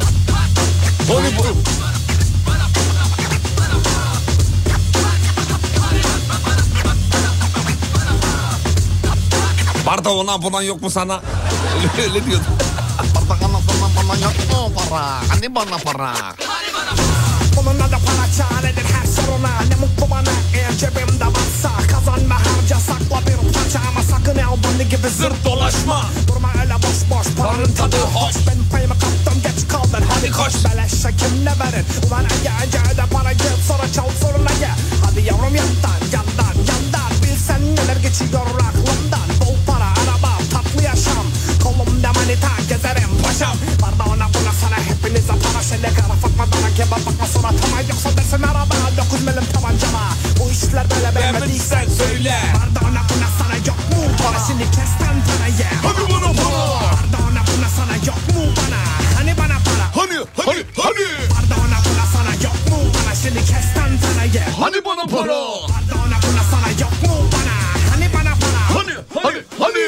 Arda ona bulan yok mu sana? Öyle, öyle diyordu. Arda ona bulan yok mu para? Hani bana para? Bunun adı para çaredir her soruna. Ne mutlu bana eğer cebimde varsa. Kazan ve harca sakla bir parça ama sakın el bandı gibi zırt dolaşma. Durma öyle boş boş paranın tadı hoş. Ben payımı kaptım geç kaldın hadi koş. Beleşe kim ne verir? Ulan ege ece öde para gel sonra çal soruna gel. Hadi yavrum yandan yandan yandan. Bilsen neler geçiyor aklımdan. Bol para araba tatlı yaşam. Kolumda manita gezerim paşam. Barda ona buna sana hepinize para şele kara fatma dana kebap bakma sonra tamam yoksa dersin araba dokuz milim tabancama. Bu işler böyle beğenmediysen söyle. Barda ona buna sana yok mu para şimdi kesten taneye. Hadi bana para. Barda ona buna sana yok mu bana. Hani bana para. Hani hani hani. Barda ona buna sana yok mu bana şimdi kesten taneye. Hani bana para. Barda ona buna sana yok mu bana. Hani bana para. Hani hani hani.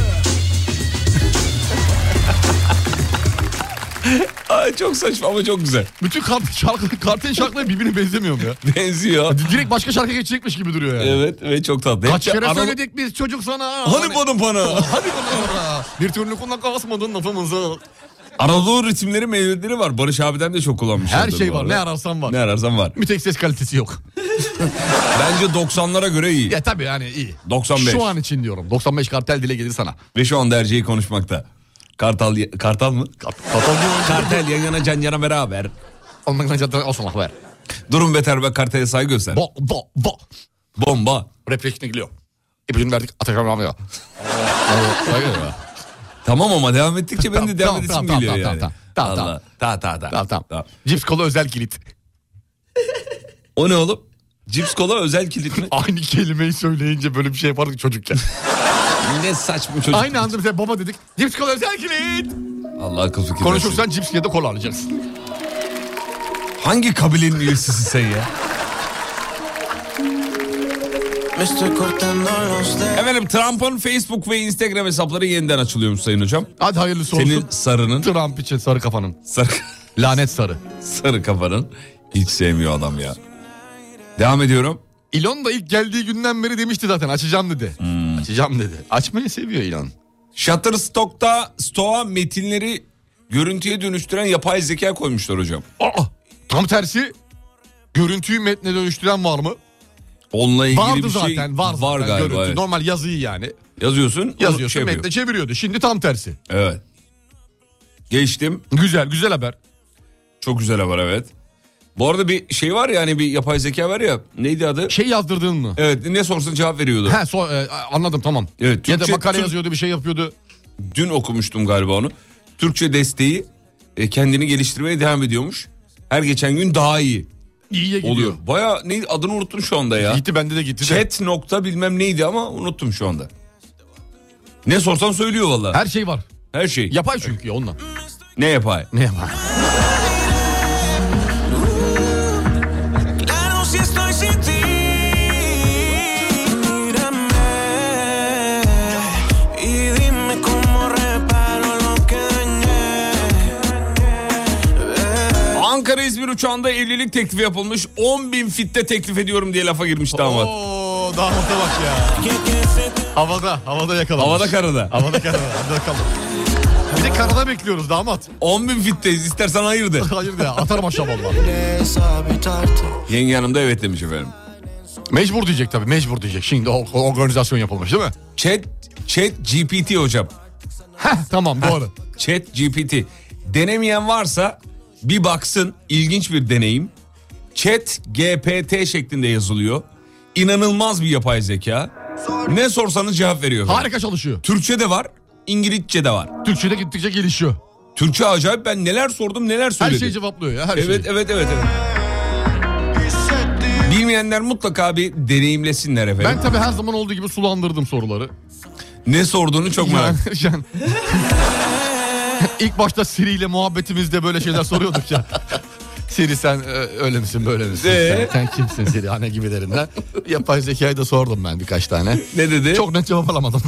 Ay çok saçma ama çok güzel. Bütün kart, şarkı, kartın şarkıları birbirine benzemiyor mu ya? Benziyor. Direkt başka şarkı geçecekmiş gibi duruyor yani. Evet ve çok tatlı. Kaç Hep kere Anadolu... söyledik biz çocuk sana. Hani, hani bana bana. Hani bana bana. Bir türlü kulak asmadın lafımızı. Anadolu ritimleri melodileri var. Barış abiden de çok kullanmışlar. Her şey var. Ne ararsan var. Ne ararsan var. Bir tek ses kalitesi yok. Bence doksanlara göre iyi. Ya tabii yani iyi. doksan beş. Şu an için diyorum. doksan beş kartel dile gelir sana. Ve şu anda Erceği konuşmakta. Kartal, kartal mı? Kartal Kartel yan yana can yana beraber. Ondan zaten olsun haber. Durum beter ve kartele saygı göster. Bo bo bo. Bomba. Replikine geliyor. İpucunu verdik Atakan Ramya. Tamam ama devam ettikçe ben de devam tamam, edesim tamam, geliyor tamam, yani. Tamam tamam tamam. Allah. Ta ta ta. Tamam tamam. tamam. Cips kola özel kilit. O ne oğlum? Cips kola özel kilit mi? Aynı kelimeyi söyleyince böyle bir şey yapardık çocukken. Ne saçma çocuk. Aynı anda bize baba dedik. Cips kola özel kilit. Allah akıl fikir. Konuşursan cips ya da kola alacaksın. Hangi kabilenin üyesisin sen ya? Efendim Trump'ın Facebook ve Instagram hesapları yeniden açılıyormuş sayın hocam. Hadi hayırlısı olsun. Senin sarının. Trump için sarı kafanın. Sarı. Lanet sarı. Sarı kafanın. Hiç sevmiyor adam ya. Devam ediyorum. Elon da ilk geldiği günden beri demişti zaten açacağım dedi. Hmm. Açacağım dedi. Açmayı seviyor Elon. Shutterstock'ta stoğa metinleri görüntüye dönüştüren yapay zeka koymuşlar hocam. Aa, tam tersi görüntüyü metne dönüştüren var mı? Onunla ilgili Vardı bir şey zaten, var, var zaten galiba. Evet. Normal yazıyı yani. Yazıyorsun. Yazıyorsun şey metne çeviriyordu. Şimdi tam tersi. Evet. Geçtim. Güzel güzel haber. Çok güzel haber evet. Bu arada bir şey var ya hani bir yapay zeka var ya neydi adı? Şey yazdırdın mı? Evet ne sorsan cevap veriyordu. He so, e, anladım tamam. Evet, ya Türkçe, da makale Türk... yazıyordu bir şey yapıyordu. Dün okumuştum galiba onu. Türkçe desteği e, kendini geliştirmeye devam ediyormuş. Her geçen gün daha iyi. İyiye gidiyor. Oluyor. Baya ne adını unuttum şu anda ya. Gitti bende de gitti. Chat de. nokta bilmem neydi ama unuttum şu anda. Ne sorsan söylüyor valla. Her şey var. Her şey. Yapay çünkü ya ondan. Ne yapay? Ne yapay? Ankara İzmir uçağında evlilik teklifi yapılmış. on bin fitte teklif ediyorum diye lafa girmiş damat. Ooo damata bak ya. Havada, havada yakalamış. Havada karada. Havada karada, havada kalın. Bir de karada bekliyoruz damat. on bin fitteyiz istersen hayır de. Hayır de atarım aşağı valla. Yenge hanım da evet demiş efendim. Mecbur diyecek tabii mecbur diyecek. Şimdi o, o organizasyon yapılmış değil mi? Chat, chat G P T hocam. Heh tamam doğru. Heh, chat G P T. Denemeyen varsa bir baksın, ilginç bir deneyim. Chat G P T şeklinde yazılıyor. İnanılmaz bir yapay zeka. Ne sorsanız cevap veriyor. Harika çalışıyor. Türkçe de var, İngilizce de var. Türkçe de gittikçe gelişiyor. Türkçe acayip, ben neler sordum neler söyledim. Her şeyi cevaplıyor ya her evet, şeyi. Evet evet evet evet. Bilmeyenler mutlaka bir deneyimlesinler efendim. Ben tabii her zaman olduğu gibi sulandırdım soruları. Ne sorduğunu çok merak ediyorum. İlk başta Siri ile muhabbetimizde böyle şeyler soruyorduk ya. Siri sen öyle misin böyle misin? Sen, sen kimsin Siri hani gibilerinden. Yapay zekayı da sordum ben birkaç tane. Ne dedi? Çok net cevap alamadım.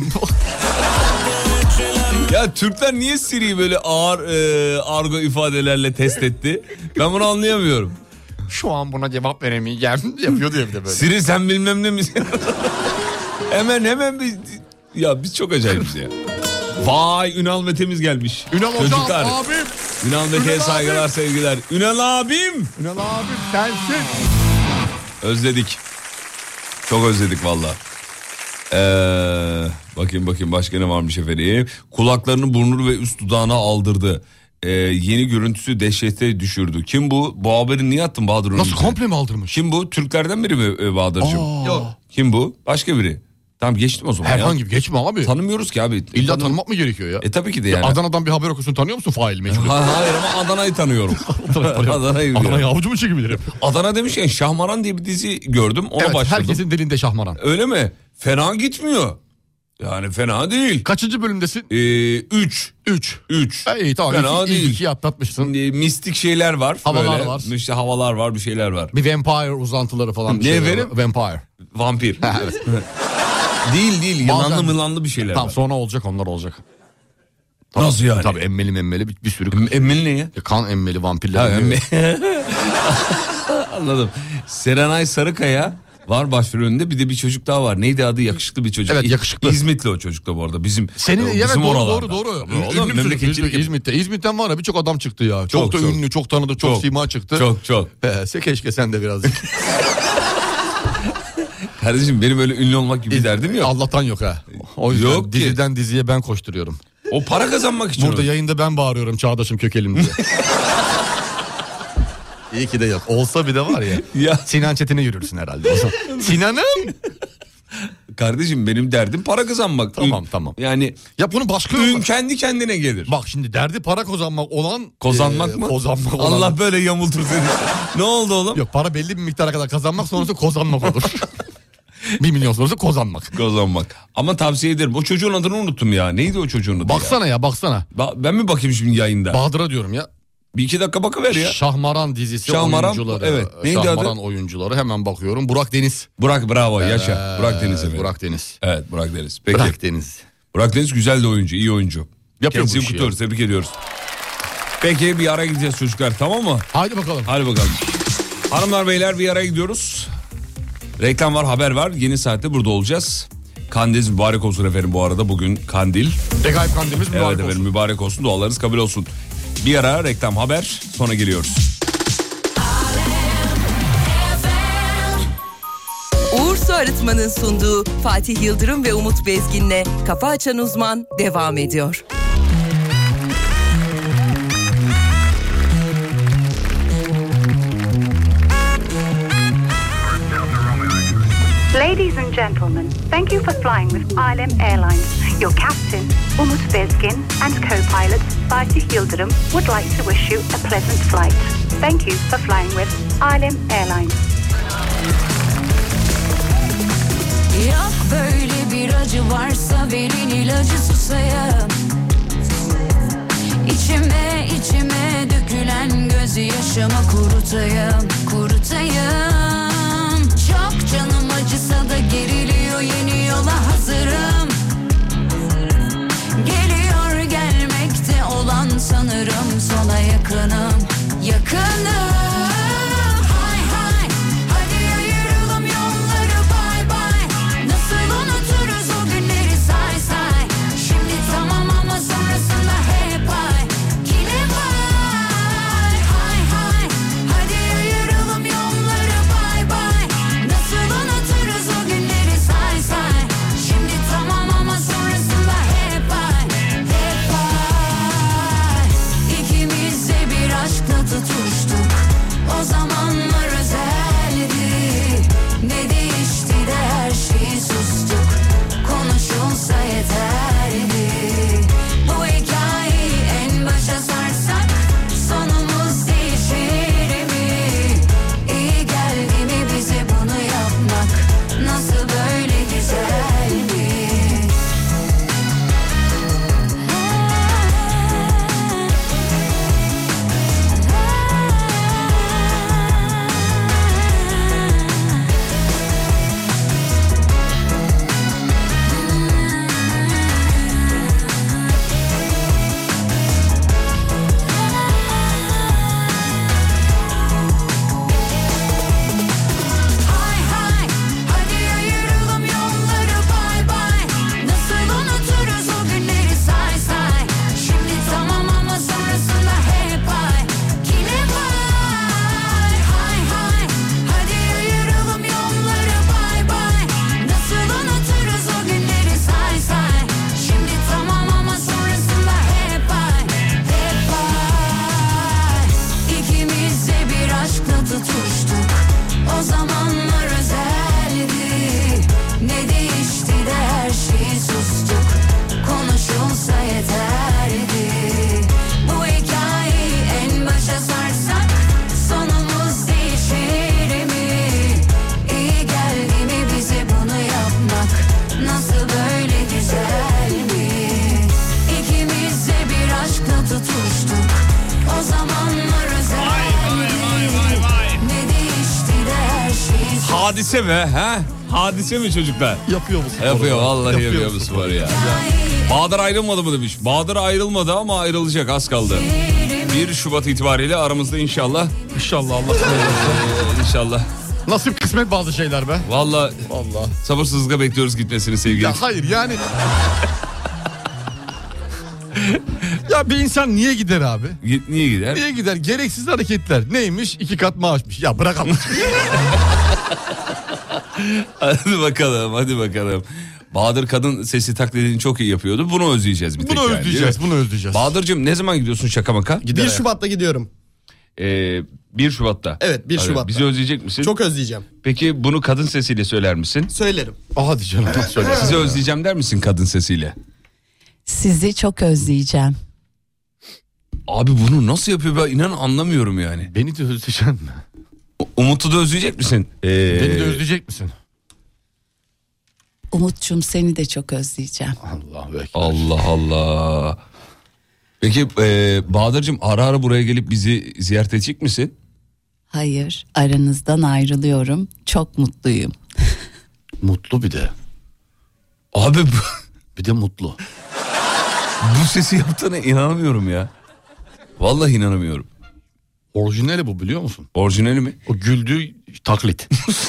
Ya Türkler niye Siri'yi böyle ağır e, argo ifadelerle test etti? Ben bunu anlayamıyorum. Şu an buna cevap veremeyeceğim yapıyordu ya bir de böyle. Siri sen bilmem ne misin? hemen hemen bir Ya biz çok acayibiz ya. Vay Ünal Mete'miz gelmiş. Ünal hocam Çocuklar. abim. Ünal Mete'ye Ünal saygılar abim. sevgiler. Ünal abim. Ünal abim sensin. Özledik. Çok özledik valla. Ee, bakayım bakayım başka ne varmış efendim. Kulaklarını, burnunu ve üst dudağına aldırdı. Ee, yeni görüntüsü dehşete düşürdü. Kim bu? Bu haberi niye attın Bahadır? Nasıl komple mi aldırmış? Kim bu? Türklerden biri mi e, Bahadır'cığım? Yok. Kim bu? Başka biri. Tamam geçtim o zaman. Herhangi ya. bir geçme abi. Tanımıyoruz ki abi. İlla Tanım... tanımak mı gerekiyor ya? E tabii ki de yani. Adana'dan bir haber okusun, tanıyor musun fail meçhul? Ha, hayır ama Adana'yı tanıyorum. Adana'yı biliyorum. Adana'yı avucu mu çekebilirim? Adana demişken Şahmaran diye bir dizi gördüm. Ona Evet, başladım. herkesin dilinde Şahmaran. Öyle mi? Fena gitmiyor. Yani fena değil. Kaçıncı bölümdesin? Ee, üç. Üç. Üç. İyi tamam. Fena İlk, değil. ilk ikiyi atlatmışsın. Ee, mistik şeyler var. Havalar böyle. var. İşte havalar var, bir şeyler var. Bir vampire uzantıları falan. Bir Ne şeyler efendim? var. Vampire. Vampir. değil değil. Yılanlı Bazen- mılanlı bir şeyler Tamam var. sonra olacak, onlar olacak. Tabii, Nasıl yani? Tabii emmeli memmeli bir, bir sürü. Emmeli ne ya? Kan emmeli vampirler. Ha, emiyor. emme- Anladım. Serenay Sarıkaya var başrolünde, bir de bir çocuk daha var. Neydi adı? Yakışıklı bir çocuk. Evet, İ- yakışıklı. İzmitli o çocuk da bu arada. Bizim Senin bizim evet doğru, oralarda. doğru doğru. Oğlum, Ünlü müsün? memleketçilik. İzmit'te. İzmit'ten var ya birçok adam çıktı ya. Çok, Çok, da çok. ünlü, çok tanıdık, çok, Çok. sima çıktı. Çok çok. He, keşke sen de birazcık. Kardeşim benim öyle ünlü olmak gibi bir derdim yok. Allah'tan yok ha. O yüzden Yok ki. diziden diziye ben koşturuyorum. O para kazanmak için. Burada öyle. yayında ben bağırıyorum Çağdaş'ım kökelim diye. İyi ki de yok. Olsa bir de var ya. Ya. Sinan Çetin'e yürürsün herhalde. O zaman. Sinan'ım. Kardeşim benim derdim para kazanmak. Tamam Ün- tamam. Yani Ya bunun başka ün yolu. kendi kendine gelir. Bak şimdi derdi para kazanmak olan. Kozanmak e, mı? Kozanmak olan. Allah böyle yamultur seni. Ne oldu oğlum? Yok, para belli bir miktara kadar kazanmak, sonrası kozanmak olur. Bir milyon sonrası kozanmak. Kozanmak. Ama tavsiye ederim. O çocuğun adını unuttum ya. Neydi o çocuğun adı Baksana ya, baksana. ya? Ba- ben mi bakayım şimdi yayında? Bahadır'a diyorum ya. Bir iki dakika bakıver ya. Şahmaran dizisi Şahmaran, oyuncuları. evet. Neydi Şahmaran adı? oyuncuları, hemen bakıyorum. Burak Deniz. Burak bravo yaşa. Ee, Burak Deniz efendim. Burak Deniz. Evet Burak Deniz. Peki. Burak Deniz. Burak Deniz güzel de oyuncu, iyi oyuncu. Yapıyor bu Kendisini işi kutluyoruz, tebrik ediyoruz. Peki bir ara gideceğiz çocuklar, tamam mı? Haydi bakalım. Hadi bakalım. Hanımlar beyler bir ara gidiyoruz. Reklam var, haber var. Yeni saatte burada olacağız. Kandiliniz mübarek olsun efendim bu arada. Bugün kandil. Regaip kandilimiz mübarek Evet olsun. efendim mübarek olsun. Dualarınız kabul olsun. Bir ara reklam, haber, sonra geliyoruz. Uğur Su Arıtma'nın sunduğu Fatih Yıldırım ve Umut Bezgin'le Kafa Açan Uzman devam ediyor. Ladies and gentlemen, thank you for flying with I L M Airlines. Your captain, Umut Bezgin, and co-pilot, Fatih Yıldırım, would like to wish you a pleasant flight. Thank you for flying with I L M Airlines. Yok böyle bir acı varsa verin ilacı susayım. İçime içime dökülen gözyaşımı kurutayım, kurutayım. Çok canım acısa da geriliyor, yeni yola hazırım. Geliyor gelmekte olan sanırım sona yakınım, yakınım. Hay hay, hadi ayıralım yolları, bay bay. Nasıl unuturuz o günleri, say say. Şimdi tamam ama sonrasında hep ay. Kine var, hay hay, hadi ayıralım yolları, Hadise mi ha? Hadise mi çocuklar? Yapıyor musun? Yapıyor vallahi yapıyor, Yapıyor bu musun? sporu ya. Bahadır ayrılmadı mı demiş. Bahadır ayrılmadı ama ayrılacak, az kaldı. bir Şubat itibariyle aramızda inşallah. İnşallah Allah ee, inşallah. Nasip kısmet bazı şeyler be. Vallahi Vallahi. sabırsızlıkla bekliyoruz gitmesini sevgili. Ya hayır yani. Ya bir insan niye gider abi? Git, niye gider? Niye gider? Gereksiz hareketler. Neymiş? İki kat maaşmış. Ya bırak Allah. Hadi bakalım, hadi bakalım. Bahadır kadın sesi taklidini çok iyi yapıyordu. Bunu özleyeceğiz bir tek. Bunu yani, özleyeceğiz, bunu özleyeceğiz. Bahadır'cığım ne zaman gidiyorsun şaka maka? bir Şubat'ta gidiyorum. Ee, bir Şubat'ta. Evet, bir Hadi, Şubat'ta. bizi özleyecek misin? Çok özleyeceğim. Peki bunu kadın sesiyle söyler misin? Söylerim. Hadi canım söyle. Sizi özleyeceğim der misin kadın sesiyle? Sizi çok özleyeceğim. Abi bunu nasıl yapıyor ben inan anlamıyorum yani. Beni de özleyeceksin mi? Umut'u da özleyecek misin? Ee... Beni de özleyecek misin? Umut'cum seni de çok özleyeceğim. Allah Allah Allah. Peki e, Bahadır'cığım ara ara buraya gelip bizi ziyaret edecek misin? Hayır, aranızdan ayrılıyorum. Çok mutluyum. Mutlu bir de. Abi bu... Bir de mutlu. Bu sesi yaptığına inanamıyorum ya. Vallahi inanamıyorum. Orijinali bu biliyor musun? Orijinali mi? O güldüğü taklit.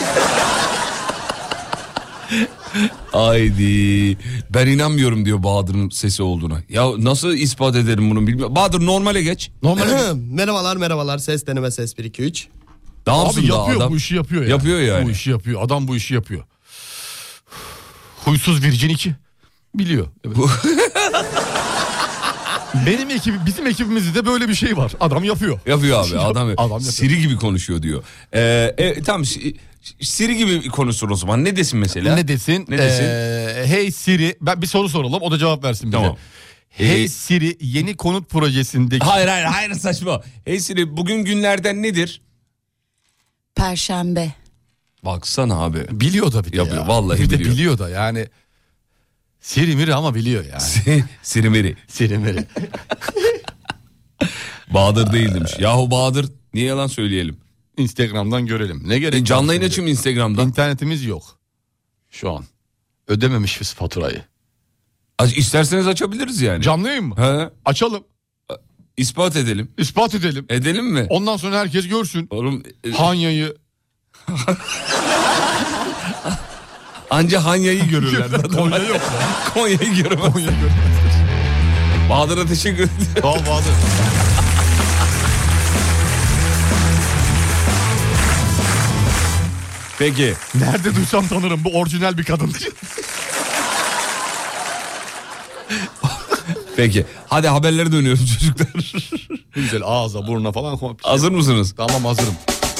Haydi. Ben inanmıyorum diyor Bahadır'ın sesi olduğuna. Ya nasıl ispat ederim bunu bilmiyorum. Bahadır normale geç. Normale merhabalar merhabalar ses deneme ses bir iki üç. Abi yapıyor adam. Bu işi yapıyor ya. Yapıyor yani. Bu işi yapıyor. Adam bu işi yapıyor. Huysuz Virgin iki. Biliyor. Evet. Benim ekibi, bizim ekibimizde de böyle bir şey var. Adam yapıyor. Yapıyor abi. Adam, adam yapıyor. Siri gibi konuşuyor diyor. Ee, e, tamam Siri gibi konuşsun o zaman. Ne desin mesela? Ne desin? Ne desin? Ee, hey Siri. Ben bir soru soralım. O da cevap versin bize. Tamam. Hey, hey Siri yeni konut projesindeki. Hayır hayır hayır saçma. Hey Siri bugün günlerden nedir? Perşembe. Baksana abi. Biliyor da bir de yapıyor. Ya. Vallahi bir de biliyor. biliyor da yani. Siri miri ama biliyor yani. Siri miri. Siri miri. Bahadır değil demiş. Yahu Bahadır niye yalan söyleyelim? Instagram'dan görelim. Ne gerek? E, canlı yayın açayım Instagram'dan. İnternetimiz yok. Şu an. Ödememişiz faturayı. İsterseniz açabiliriz yani. Canlı yayın mı? He. Açalım. İspat edelim. İspat edelim. Edelim mi? Ondan sonra herkes görsün. Oğlum. E... Hanya'yı. Anca Hanya'yı görürler. Konya yok. Konya'yı göremez. Konya görmez. Bahadır'a teşekkür ederim. Sağ ol Bahadır. Peki. Nerede duysam tanırım, bu orijinal bir kadın. Peki. Hadi haberlere dönüyoruz çocuklar. Güzel ağza burnuna falan. Hazır mısınız? Tamam hazırım.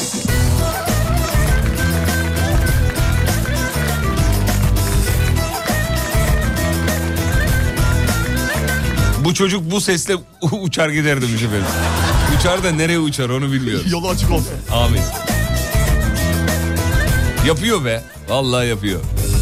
Bu çocuk bu sesle uçar gider demiş efendim. Uçar da nereye uçar onu bilmiyorum. Yolu açık olsun. Amin. Yapıyor be. Vallahi yapıyor.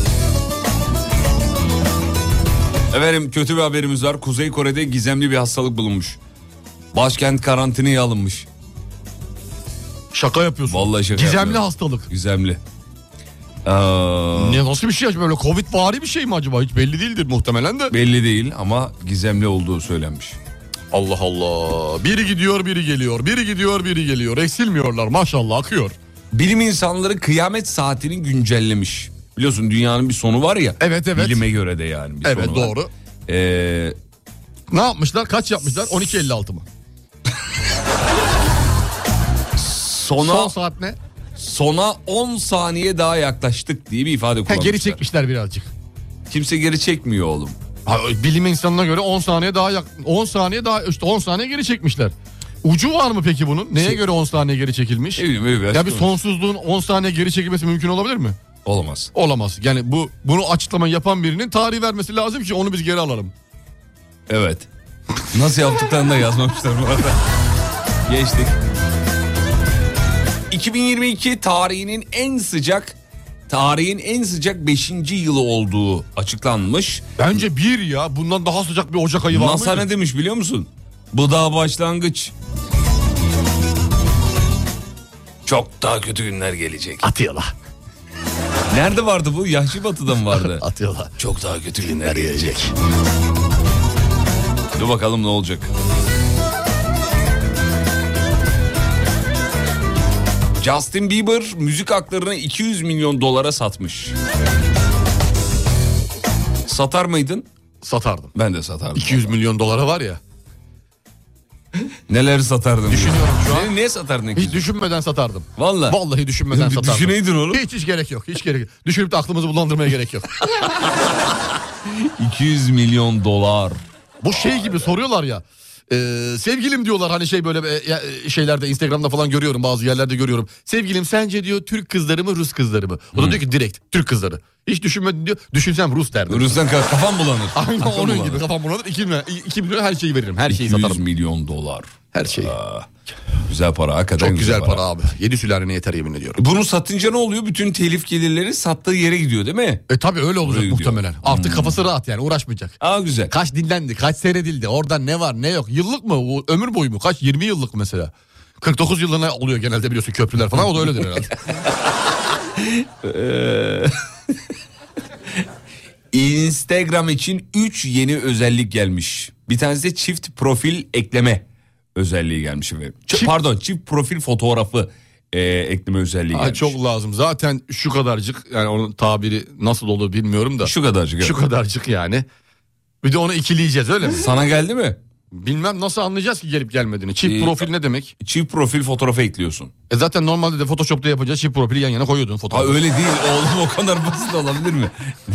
Efendim kötü bir haberimiz var. Kuzey Kore'de gizemli bir hastalık bulunmuş. Başkent karantinaya alınmış. Şaka yapıyorsun. Vallahi şaka Gizemli yapıyorum. hastalık. Gizemli. Aa, ne nasıl bir şey böyle Covid vari bir şey mi acaba? Hiç belli değildir muhtemelen de. Belli değil ama gizemli olduğu söylenmiş. Allah Allah. Biri gidiyor biri geliyor. Biri gidiyor biri geliyor. Eksilmiyorlar maşallah akıyor. Bilim insanları kıyamet saatini güncellemiş. Biliyorsun dünyanın bir sonu var ya. Evet evet. Bilime göre de yani bir evet, sonu var. doğru. Ee, ne yapmışlar? Kaç yapmışlar? on iki elli altı mı? Sona, Son saat ne? Sona on saniye daha yaklaştık diye bir ifade kullanmışlar. Ha, geri çekmişler birazcık. Kimse geri çekmiyor oğlum. Ha, bilim insanına göre on saniye daha yak- on saniye daha işte on saniye geri çekmişler. Ucu var mı peki bunun? Neye şey, göre on saniye geri çekilmiş? Evet, evet, ya bir sonsuzluğun on saniye geri çekilmesi mümkün olabilir mi? Olamaz. Olamaz. Yani bu bunu açıklamayı yapan birinin tarih vermesi lazım ki onu biz geri alalım. Evet. Nasıl yaptıklarını da yazmamışlar bu arada. Geçtik. iki bin yirmi iki tarihinin en sıcak tarihin en sıcak beşinci yılı olduğu açıklanmış. Bence bir ya bundan daha sıcak bir Ocak ayı var mı? NASA ne demiş biliyor musun? Bu daha başlangıç. Çok daha kötü günler gelecek. Atıyorlar. Nerede vardı bu? Yahşi Batı'da mı vardı? Atıyorlar. Çok daha kötü günler gelecek. Dur bakalım ne olacak. Justin Bieber müzik haklarını iki yüz milyon dolara satmış. Satar mıydın? Satardım. Ben de satardım. iki yüz milyon dolara var ya. Neler satardın? Düşünüyorum şu an. Ne, niye satardın? Hiç düşünmeden satardım. Vallahi. Vallahi düşünmeden satardım. Düşüneydin oğlum. Hiç hiç gerek yok. Hiç gerek yok. Düşünüp de aklımızı bulandırmaya gerek yok. iki yüz milyon dolar. Bu şey gibi soruyorlar ya. E, sevgilim diyorlar hani şey böyle e, şeylerde Instagram'da falan görüyorum, bazı yerlerde görüyorum. Sevgilim sence diyor Türk kızları mı Rus kızları mı? O da hmm. diyor ki direkt Türk kızları. Hiç düşünmedin diyor. Düşünsem Rus derdim. Rus'tan kafam bulanır. Aynen kafam onun bulanır. gibi kafam bulanır. iki milyon her şeyi veririm. Her şeyi satarım. iki yüz milyon dolar. Her şeyi. Aa, güzel para hakikaten. Çok güzel, güzel para. para abi. Yedi sülalene yeter yemin ediyorum. Bunu satınca ne oluyor? Bütün telif gelirleri sattığı yere gidiyor değil mi? E tabi öyle olacak öyle muhtemelen. Gidiyor. Artık hmm. kafası rahat yani, uğraşmayacak. Aa güzel. Kaç dinlendi, kaç seyredildi, orada ne var ne yok. Yıllık mı? O ömür boyu mu? Kaç? yirmi yıllık mesela. kırk dokuz yılına oluyor genelde biliyorsun köprüler falan. O da öyledir herhalde. Instagram için üç yeni özellik gelmiş. Bir tanesi de çift profil ekleme özelliği gelmiş. Çift... Pardon çift profil fotoğrafı e, ekleme özelliği Aa, gelmiş. çok lazım. Zaten şu kadarcık, yani onun tabiri nasıl olur bilmiyorum da. Şu kadarcık. Şu evet. kadarcık yani. Bir de onu ikileyeceğiz öyle mi? Sana geldi mi? Bilmem, nasıl anlayacağız ki gelip gelmediğini. Çift ee, profil ne demek? Çift profil fotoğrafı ekliyorsun. E zaten normalde de Photoshop'ta yapacağız, çift profili yan yana koyuyordun fotoğrafı. Ha, öyle değil oğlum, o kadar basit olabilir mi?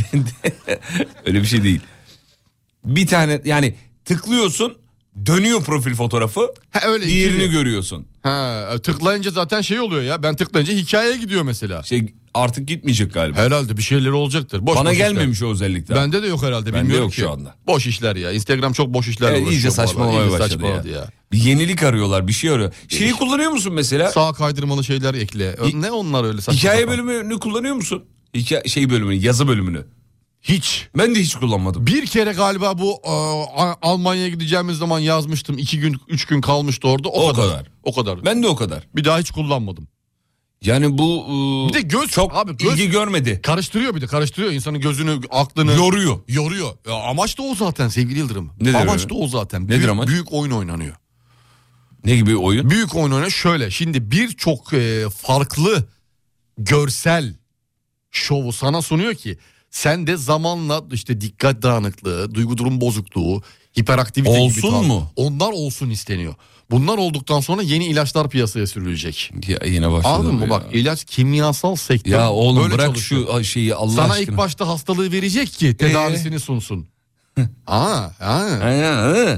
Öyle bir şey değil. Bir tane yani tıklıyorsun, dönüyor profil fotoğrafı. Ha, öyle diğerini ikili. Görüyorsun. Ha, tıklayınca zaten şey oluyor ya. Ben tıklayınca hikayeye gidiyor mesela. Şey artık gitmeyecek galiba. Herhalde bir şeyleri olacaktır. Boş Bana boş gelmemiş işler. O özellikle. Bende de yok herhalde. Bende bilmiyorum yok ki. şu anda. Boş işler ya. Instagram çok boş işlerle evet, uğraşıyor. İyice saçmalamaya başladı saçmaladı ya. ya. Bir yenilik arıyorlar, bir şey arıyor. Şeyi Değiş. kullanıyor musun mesela? Sağ kaydırmalı şeyler ekle. Hi- ne onlar öyle saçma Hikaye sapan. bölümünü kullanıyor musun? Hikaye şey bölümünü, yazı bölümünü. Hiç. Ben de hiç kullanmadım. Bir kere galiba bu e, Almanya'ya gideceğimiz zaman yazmıştım. İki gün, üç gün kalmıştı orada. O, O kadar. kadar. O kadar. Ben de o kadar. Bir daha hiç kullanmadım. Yani bu e, bir de göz çok abi, göz ilgi görmedi. Karıştırıyor bir de karıştırıyor insanın gözünü, aklını. Yoruyor. Yoruyor. Ya, amaç da o zaten sevgili Yıldırım. Nedir amaç öyle? da o zaten. Nedir büyük, amaç? Büyük oyun oynanıyor. Ne gibi oyun? Büyük oyun oynanıyor şöyle. Şimdi birçok e, farklı görsel şovu sana sunuyor ki sen de zamanla işte dikkat dağınıklığı, duygu durum bozukluğu, hiperaktivite olsun gibi. Olsun mu? Onlar olsun isteniyor. Bunlar olduktan sonra yeni ilaçlar piyasaya sürülecek. Ya yine başladı. Anladın mı? Bak ilaç kimyasal sektör. Ya oğlum böyle bırak çalışıyor. şu şeyi Allah Sana aşkına. ilk başta hastalığı verecek ki tedavisini ee? sunsun. Aa, aa.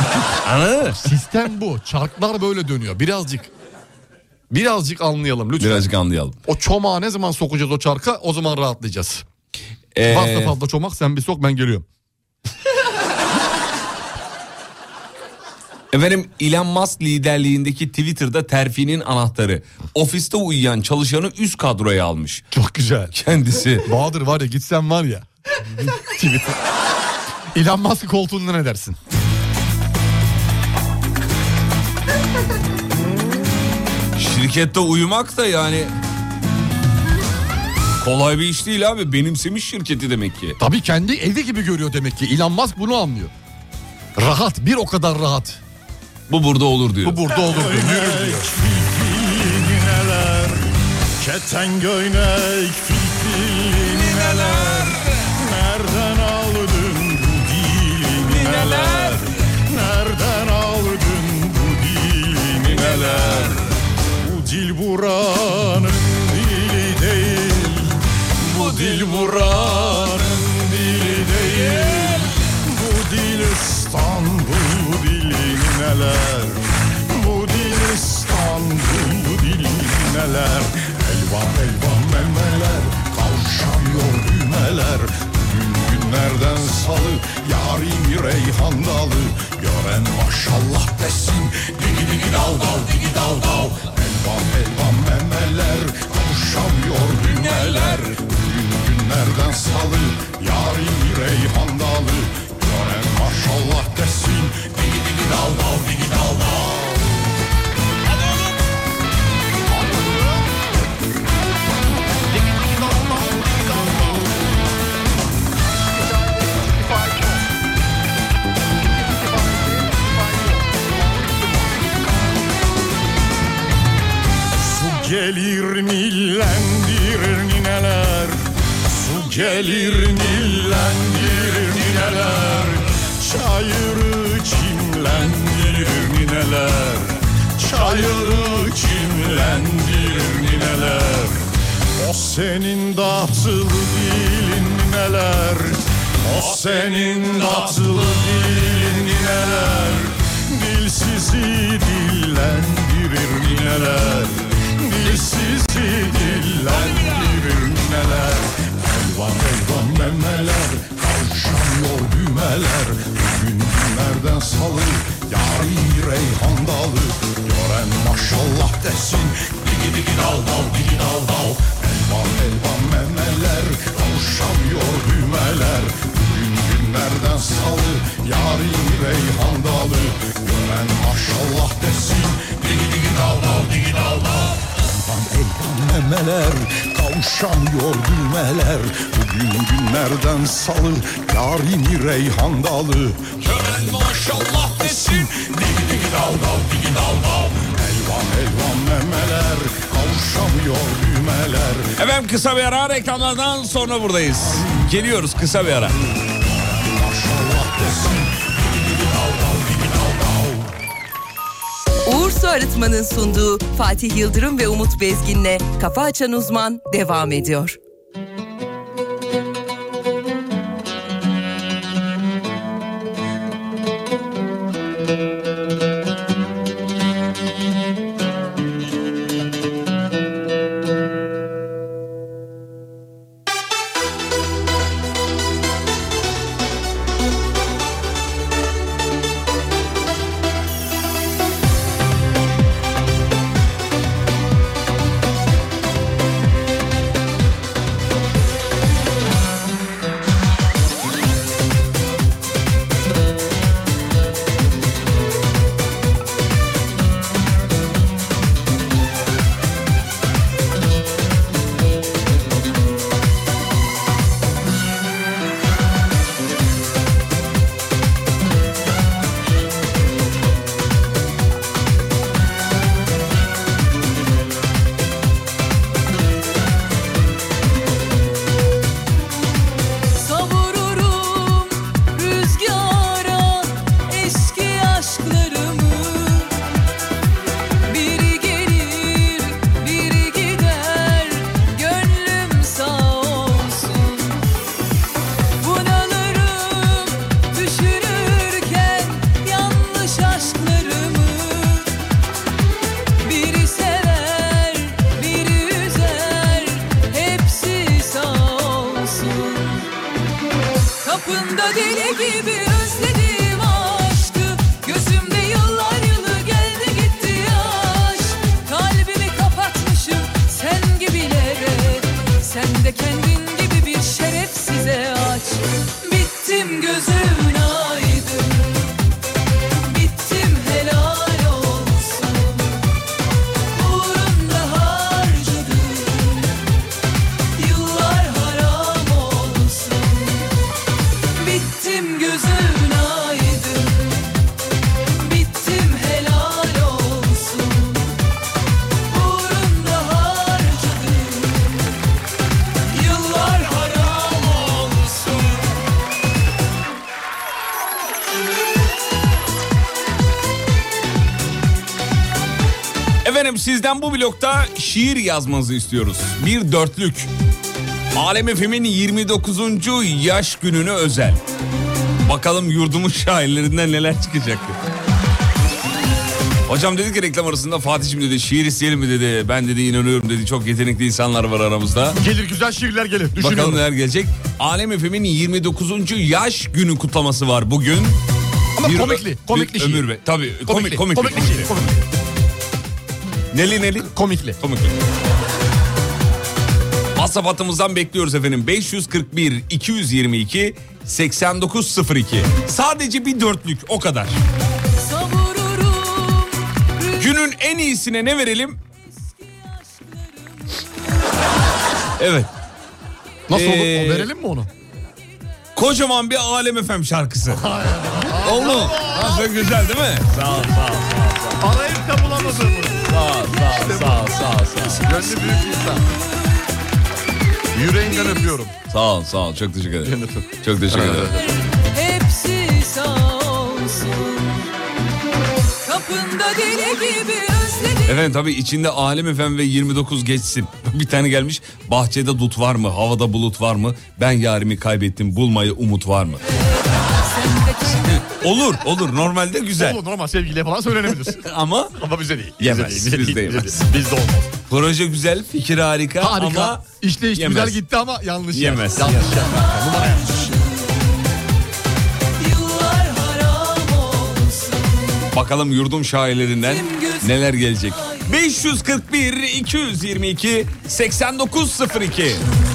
Sistem bu. Çarklar böyle dönüyor. Birazcık birazcık anlayalım lütfen. Birazcık anlayalım. O çomağı ne zaman sokacağız o çarka? O zaman rahatlayacağız. Ee... Varsa fazla çomak sen bir sok, ben geliyorum. Efendim Elon Musk liderliğindeki Twitter'da terfinin anahtarı. Ofiste uyuyan çalışanı üst kadroya almış. Çok güzel. Kendisi. Bahadır var ya, gitsen var ya. Twitter. Elon Musk koltuğunda ne dersin? Şirkette uyumak da yani kolay bir iş değil abi. Benimsemiş şirketi demek ki. Tabii kendi evde gibi görüyor demek ki. Elon Musk bunu anlıyor. Rahat, bir o kadar rahat. Bu burada olur diyor. Bu burada olur diyor. Yürür diyor. Neler, keten göynek filfili neler, nereden aldın bu dilini neler, nereden aldın bu dilini neler, bu dil buranın dili değil, bu dil buranın dili değil, bu dil İstanbul dilini neler, bu dil İstanbul dilini neler, elvan elvan memeler, kavşamıyor düğmeler, bugün günlerden salı, yarim reyhan dalı, gören maşallah desin, digi digi dal dal digi dal dal, elvan elvan memeler, kavşamıyor düğmeler, bugün günlerden salı, yarim reyhan dalı, gören maşallah desin, digi digi dal dal digi dal dal. gelir nillendirir nineler, su gelir nillendirir nineler, çayırı çimlendirir nineler, çayırı çimlendirir nineler. O senin tatlı dilin nineler, o senin tatlı dilin nineler, dilsizi dillendirir nineler, dilsizi dillendirir nineler. Elvan elvan memeler, kavuşamıyor düğmeler, bugün günlerden salı, yarın reyhan dalı, gören maşallah desin, digi digi dal dal digi dal dal. Elvan elvan memeler, kavuşamıyor düğmeler, bugün günlerden salı, yarın reyhan dalı, gören maşallah desin, digi digi dal dal digi dal dal. Elvan elvan memeler, kavuşamıyor düğmeler, bugün günlerden salı, yarın reyhan dalı, gören maşallah desin, digi digi dal dal digi dal dal. Elvan elvan memeler, kavuşamıyor düğmeler. Efendim kısa bir ara, reklamlardan sonra buradayız. Geliyoruz, kısa bir ara. Uğur Su Arıtma'nın sunduğu Fatih Yıldırım ve Umut Bezgin'le Kafa Açan Uzman devam ediyor. Sizden bu blokta şiir yazmanızı istiyoruz. Bir dörtlük. Alem F M'in yirmi dokuzuncu yaş gününe özel. Bakalım yurdumuz şairlerinden neler çıkacak. Hocam dedi ki reklam arasında, Fatih'cim dedi şiir isteyelim mi dedi. Ben dedi inanıyorum dedi, çok yetenekli insanlar var aramızda. Gelir, güzel şiirler gelir. Bakalım neler gelecek. Alem F M'in yirmi dokuzuncu yaş günü kutlaması var bugün. Ama bir komikli, komikli şiir. Ömür be. Tabii komik, komikli, komikli, komikli, komikli şiir. Komikli. Neli neli? Komikli. Komikli. WhatsApp hattımızdan bekliyoruz efendim. beş yüz kırk bir iki yüz yirmi iki seksen dokuz sıfır iki. Sadece bir dörtlük, o kadar. Günün en iyisine ne verelim? Evet. Nasıl ee, olur? O verelim mi onu? Kocaman bir Alem F M şarkısı. Oldu mu? Nasıl güzel değil mi? Sağ ol, sağ ol, sağ ol. Arayıp da bulamadığımız. Sağ ol, sağ ol, sağ ol, Sağ ol sağ ol. Gönlü büyük insan. Yüreğinden öpüyorum. Sağ ol sağ ol çok teşekkür ederim. Çok teşekkür ederim. Hepsi sağ olsun. Kapında deli gibi özledim. Efendim tabii içinde Alem Efem ve yirmi dokuz geçsin. Bir tane gelmiş. Bahçede dut var mı? Havada bulut var mı? Ben yarimi kaybettim. Bulmayı umut var mı? Olur olur normalde güzel. Olur normal sevgiliye falan söylenebilir. Ama ama bize değil. Yemez. Bize değil, Bizde bize yemez. değil. Bizde olmaz. Proje güzel, fikir harika, Harika. ama işte iş yemez. güzel gitti ama yanlış. Yemez. Yanlış. Yanlış. Numara yanlış. Bakalım yurdum şairlerinden neler gelecek. beş yüz kırk bir iki yüz yirmi iki seksen dokuz sıfır iki.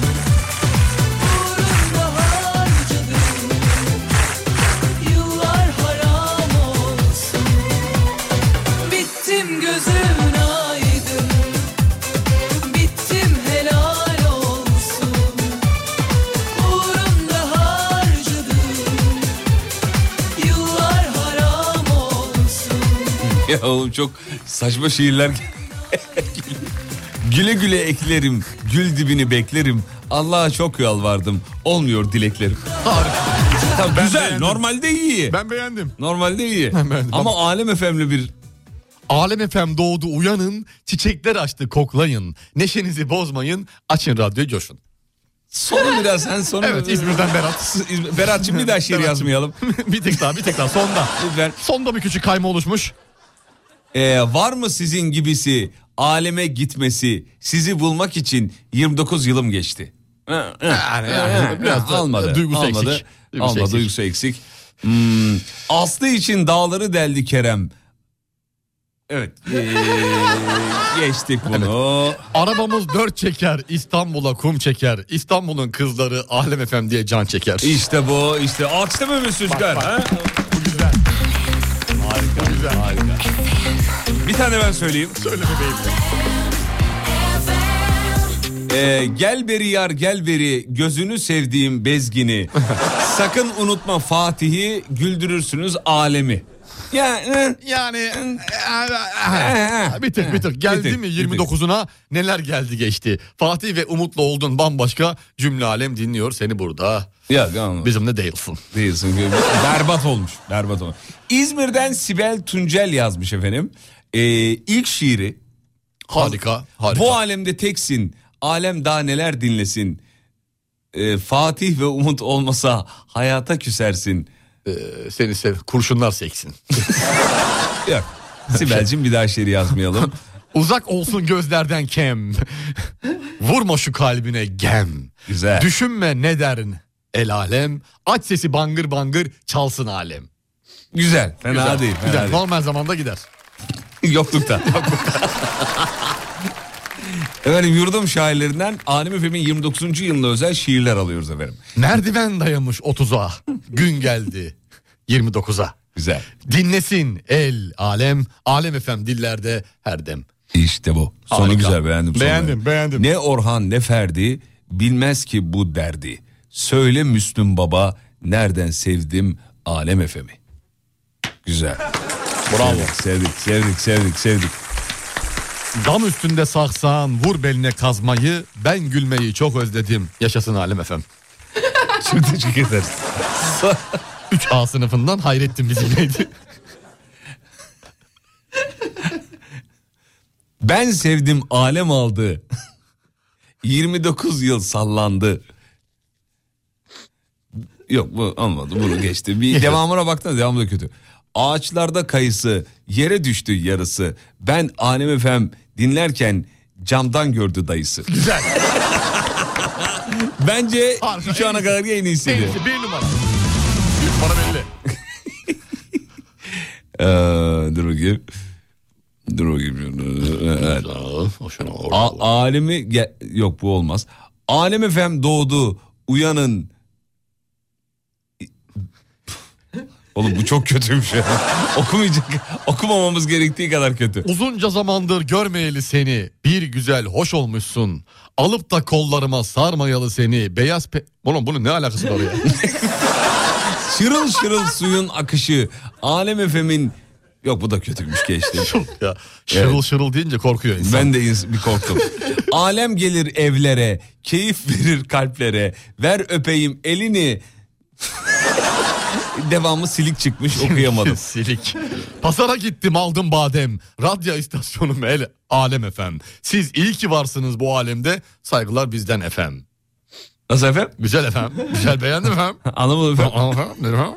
Yıllar haram olsun. Bittim gözün aydın. Bittim helal olsun. Uğrunda harcadım. Yıllar haram olsun. Ya oğlum çok saçma şiirler. Güle güle eklerim, gül dibini beklerim. Allah'a çok yalvardım, olmuyor dileklerim. Tabii Ben güzel, beğendim. normalde iyi. Ben beğendim. Normalde iyi. Ben beğendim. Ama Alem Efem'li bir... Alem Efem doğdu uyanın, çiçekler açtı koklayın. Neşenizi bozmayın, açın radyo coşun. Sonu biraz sen sonu... Evet İzmir'den Berat. Berat'cığım bir daha şiir yazmayalım. bir tek daha bir tek daha sonda. Lütfen. Sonda bir küçük kayma oluşmuş. Ee, var mı sizin gibisi aleme gitmesi, sizi bulmak için yirmi dokuz yılım geçti. Yani, yani, biraz da almadı. duygusu almadı. eksik. Duygusu Almadı, eksik. duygusu eksik. Hmm, Aslı için dağları deldi Kerem. Evet. Ee, geçtik bunu. Evet. Arabamız dört çeker, İstanbul'a kum çeker. İstanbul'un kızları Alem Efem diye can çeker. İşte bu, işte alkışlamıyor Rüzgar? Bak, bak. Ha? Bu güzel. Harika, güzel. Harika. Bir tane ben söyleyeyim. Söyle bebeğim. Ee, gel beri yar gel beri gözünü sevdiğim bezgini. Sakın unutma Fatih'i, güldürürsünüz alemi. Yani yani bir tık bir tık geldi Bir tık, mi bir yirmi dokuzuna neler geldi geçti. Fatih ve Umut'la oldun bambaşka, cümle alem dinliyor seni burada. Ya tamam. Bizimle değilsin. Değilsin. Berbat olmuş. Berbat olmuş. İzmir'den Sibel Tuncel yazmış efendim. Ee, ilk şiiri. Harika, harika. Bu alemde teksin. Alem daha neler dinlesin. Ee, Fatih ve Umut olmasa hayata küsersin. Ee, seni sev, kurşunlar seksin. Yok. Sibel'cim bir daha şiir yazmayalım. Uzak olsun gözlerden kem. Vurma şu kalbine gem. Güzel. Düşünme ne derin el alem. Aç sesi bangır bangır çalsın alem. Güzel. Fena Güzel, değil. Güzel. Fena değil. Normal zamanda gider. Yoklukta. Efendim yurdum şairlerinden Alem Efem'in yirmi dokuzuncu yılına özel şiirler alıyoruz efendim. Merdiven dayamış otuza. Gün geldi yirmi dokuza. Güzel. Dinlesin el alem. Alem Efem dillerde her dem. İşte bu. Sonu Harika. güzel, beğendim. Sonu Beğendim, beğendim. Ne Orhan ne Ferdi bilmez ki bu derdi. Söyle Müslüm Baba nereden sevdim Alem Efem'i. Güzel. Bravo. Sevdik, sevdik, sevdik, sevdik. Dam üstünde saksan vur beline kazmayı. Ben gülmeyi çok özledim. Yaşasın Alem Efem. Çok teşekkür ederiz. üç A sınıfından Hayrettin bizimleydi. Ben sevdim alem aldı. yirmi dokuz yıl sallandı. Yok bu olmadı, bunu geçti. Bir devamına baktın, devamı da kötü. Ağaçlarda kayısı yere düştü yarısı. Ben Alem Efem dinlerken camdan gördü dayısı. Güzel. Bence Harika, şu ana en kadar iyisi. en iyisiydi. En iyisi, bir numara. Bir numara belli. Ee, dur bakayım. Dur bakayım. Evet. A- alemi ge- yok bu olmaz. Alem Efem doğdu. Uyanın. Oğlum bu çok kötüymüş ya. Okumayacak. Okumamamız gerektiği kadar kötü. Uzunca zamandır görmeyeli seni. Bir güzel hoş olmuşsun. Alıp da kollarıma sarmayalı seni. Beyaz pe... Oğlum bunun ne alakası var ya? Şırıl şırıl suyun akışı. Alem Efem'in Yok bu da kötüymüş geçti. Çok ya. Şırıl evet. şırıl deyince korkuyor insan. Ben de bir korktum. Alem gelir evlere, keyif verir kalplere. Ver öpeyim elini. Devamı silik çıkmış, okuyamadım. Silik. Pazara gittim aldım badem. Radyo istasyonum el alem efem. Siz iyi ki varsınız bu alemde. Saygılar bizden efem. Nasıl efem? Güzel efem. Güzel beğendim efem. Anlamadım efem. Anlamadım.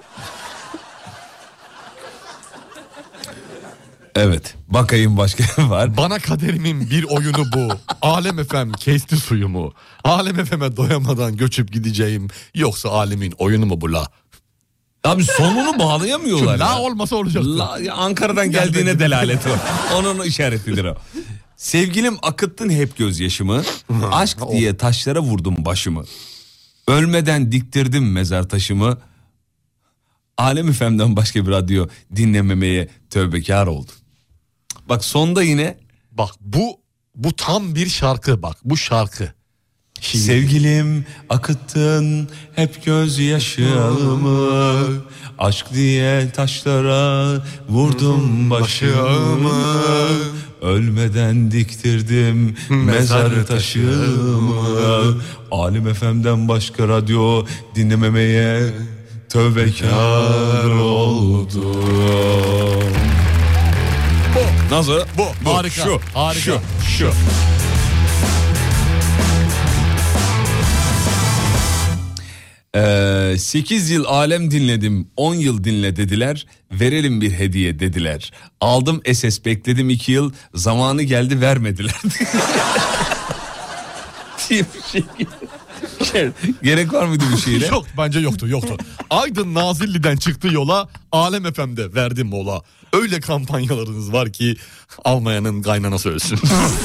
Evet. Bakayım başka var. Bana kaderimin bir oyunu bu. Alem efem kesti suyumu. Alem efeme doyamadan göçüp gideceğim. Yoksa alemin oyunu mu bu la? Abi sonunu bağlayamıyorlar. Şu la olmasa olacaktı. La, Ankara'dan geldiğine delalet o. Onun işaretidir o. Sevgilim akıttın hep gözyaşımı. Aşk diye taşlara vurdum başımı. Ölmeden diktirdim mezar taşımı. Alem Efem'den başka bir radyo dinlememeye tövbekar oldu. Bak sonda yine. Bak bu bu tam bir şarkı bak bu şarkı. Şiir. Sevgilim akıttın hep gözyaşımı. Aşk diye taşlara vurdum başımı. Ölmeden diktirdim mezar taşımı. Alem Efem'den başka radyo dinlememeye tövbekar oldum. Bu. Nasıl? Bu. Bu. Harika. Şu. Harika. Şu. Şu. Ee, sekiz yıl alem dinledim, on yıl dinle dediler, verelim bir hediye dediler. Aldım S S bekledim iki yıl, zamanı geldi vermediler. diye bir şey. Gerek var mıydı bu şiire? Yok bence yoktu yoktu. Aydın Nazilli'den çıktı yola, Alem F M'de verdim mola. Öyle kampanyalarınız var ki almayanın kaynanası ölsün.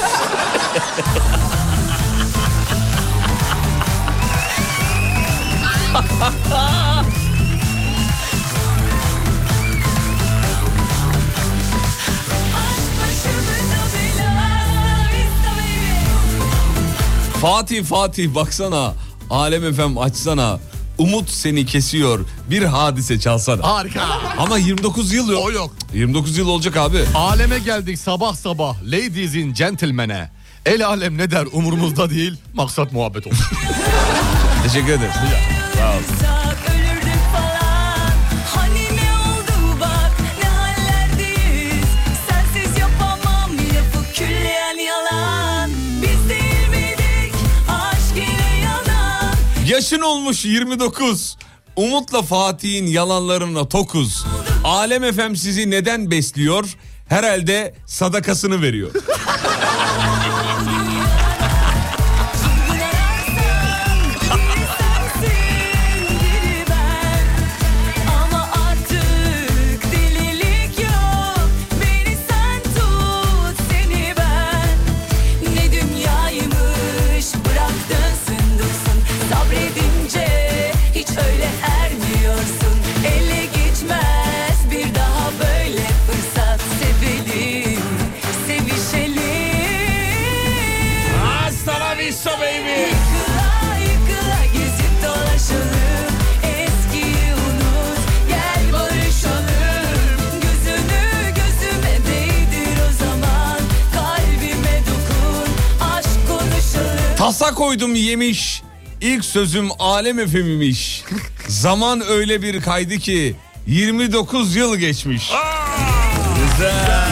Fatih Fatih baksana, Alem F M açsana, umut seni kesiyor, bir hadise çalsana. Harika. Ama yirmi dokuz yıl yok. O yok. yirmi dokuz yıl olacak abi. Aleme geldik sabah sabah, ladies in gentlemen'e. El alem ne der umurumuzda değil, maksat muhabbet olsun. Teşekkür ederiz. Sağ ol. Yaşın olmuş yirmi dokuz. Umut'la Fatih'in yalanlarına tokuz. Alem F M sizi neden besliyor? Herhalde sadakasını veriyor. Tasa koydum yemiş, ilk sözüm Alem Efem'miş. Zaman öyle bir kaydı ki yirmi dokuz yıl geçmiş. Güzel.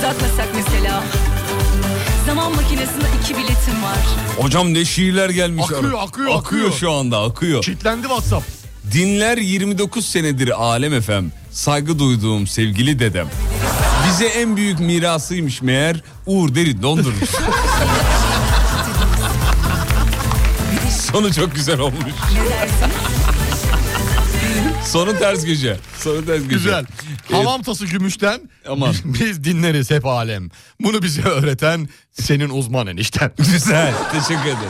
uzatmasak mesela. Zaman makinesinde iki biletim var. Hocam ne şiirler gelmiş. Akıyor, ara. akıyor, akıyor. akıyor. Şu anda akıyor. Kilitlendi WhatsApp. Dinler yirmi dokuz senedir Alem F M. Saygı duyduğum sevgili dedem. Bize en büyük mirasıymış meğer Uğur Derin dondurmuş. Sonu çok güzel olmuş. Sonu ters köşe. Sonu ters köşe. Güzel. Evet. Hamam tası gümüşten Aman. biz dinleriz hep alem. Bunu bize öğreten senin uzman enişten. Güzel. Teşekkür ederim.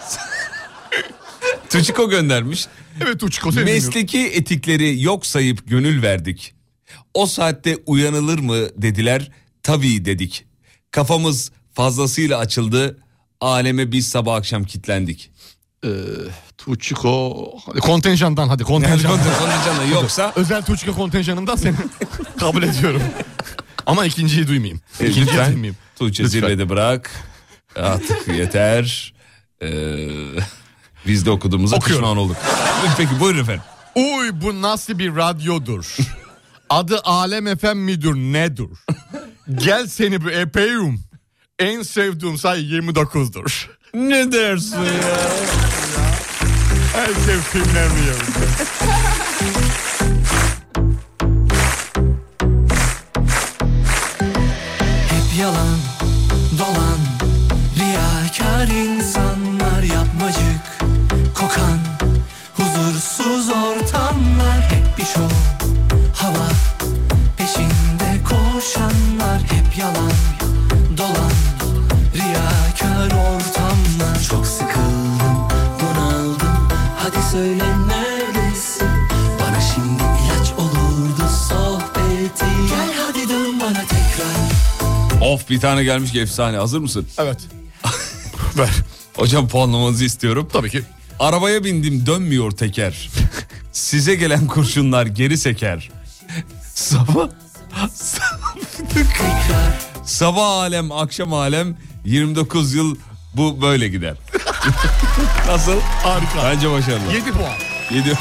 Tuçiko göndermiş. Evet Tuçiko seni Mesleki etikleri yok sayıp gönül verdik. O saatte uyanılır mı dediler. Tabii dedik. Kafamız fazlasıyla açıldı. Aleme biz sabah akşam kilitlendik. Ee, Tuçiko kontenjandan hadi kontenjandan. Kontenjandan yoksa özel Tuçiko kontenjanından seni kabul ediyorum. Ama ikinciyi duymayayım. E, İkinciyi lütfen duymayayım. Tuğçe Lütfen. zirvede bırak. Artık yeter. Ee, biz de okuduğumuza Okuyorum. pişman olduk. Peki buyurun efendim. Uy bu nasıl bir radyodur? Adı Alem F M midir nedir? Gel seni bir epeyim. En sevdiğim sayı yirmi dokuzdur. Ne dersin ya? En sevdiğim ne mi Hep yalan, dolan, riyakar insanlar, yapmacık, kokan, huzursuz ortamlar. Hep bir şov, hava, peşinde koşanlar. Hep yalan, dolan, riyakar ortamlar. Çok sıkıldım, bunaldım, hadi söyle neredesin? Bana şimdi ilaç olurdu sohbeti. Gel hadi dön bana tekrar. Of bir tane gelmiş ki efsane. Hazır mısın? Evet. Ver. Hocam puanlamanızı istiyorum. Tabii ki. Arabaya bindim dönmüyor teker. Size gelen kurşunlar geri seker. Sabah... Sabah alem akşam alem yirmi dokuz yıl bu böyle gider. Nasıl? Harika. Bence başarılı. yedi puan. yedi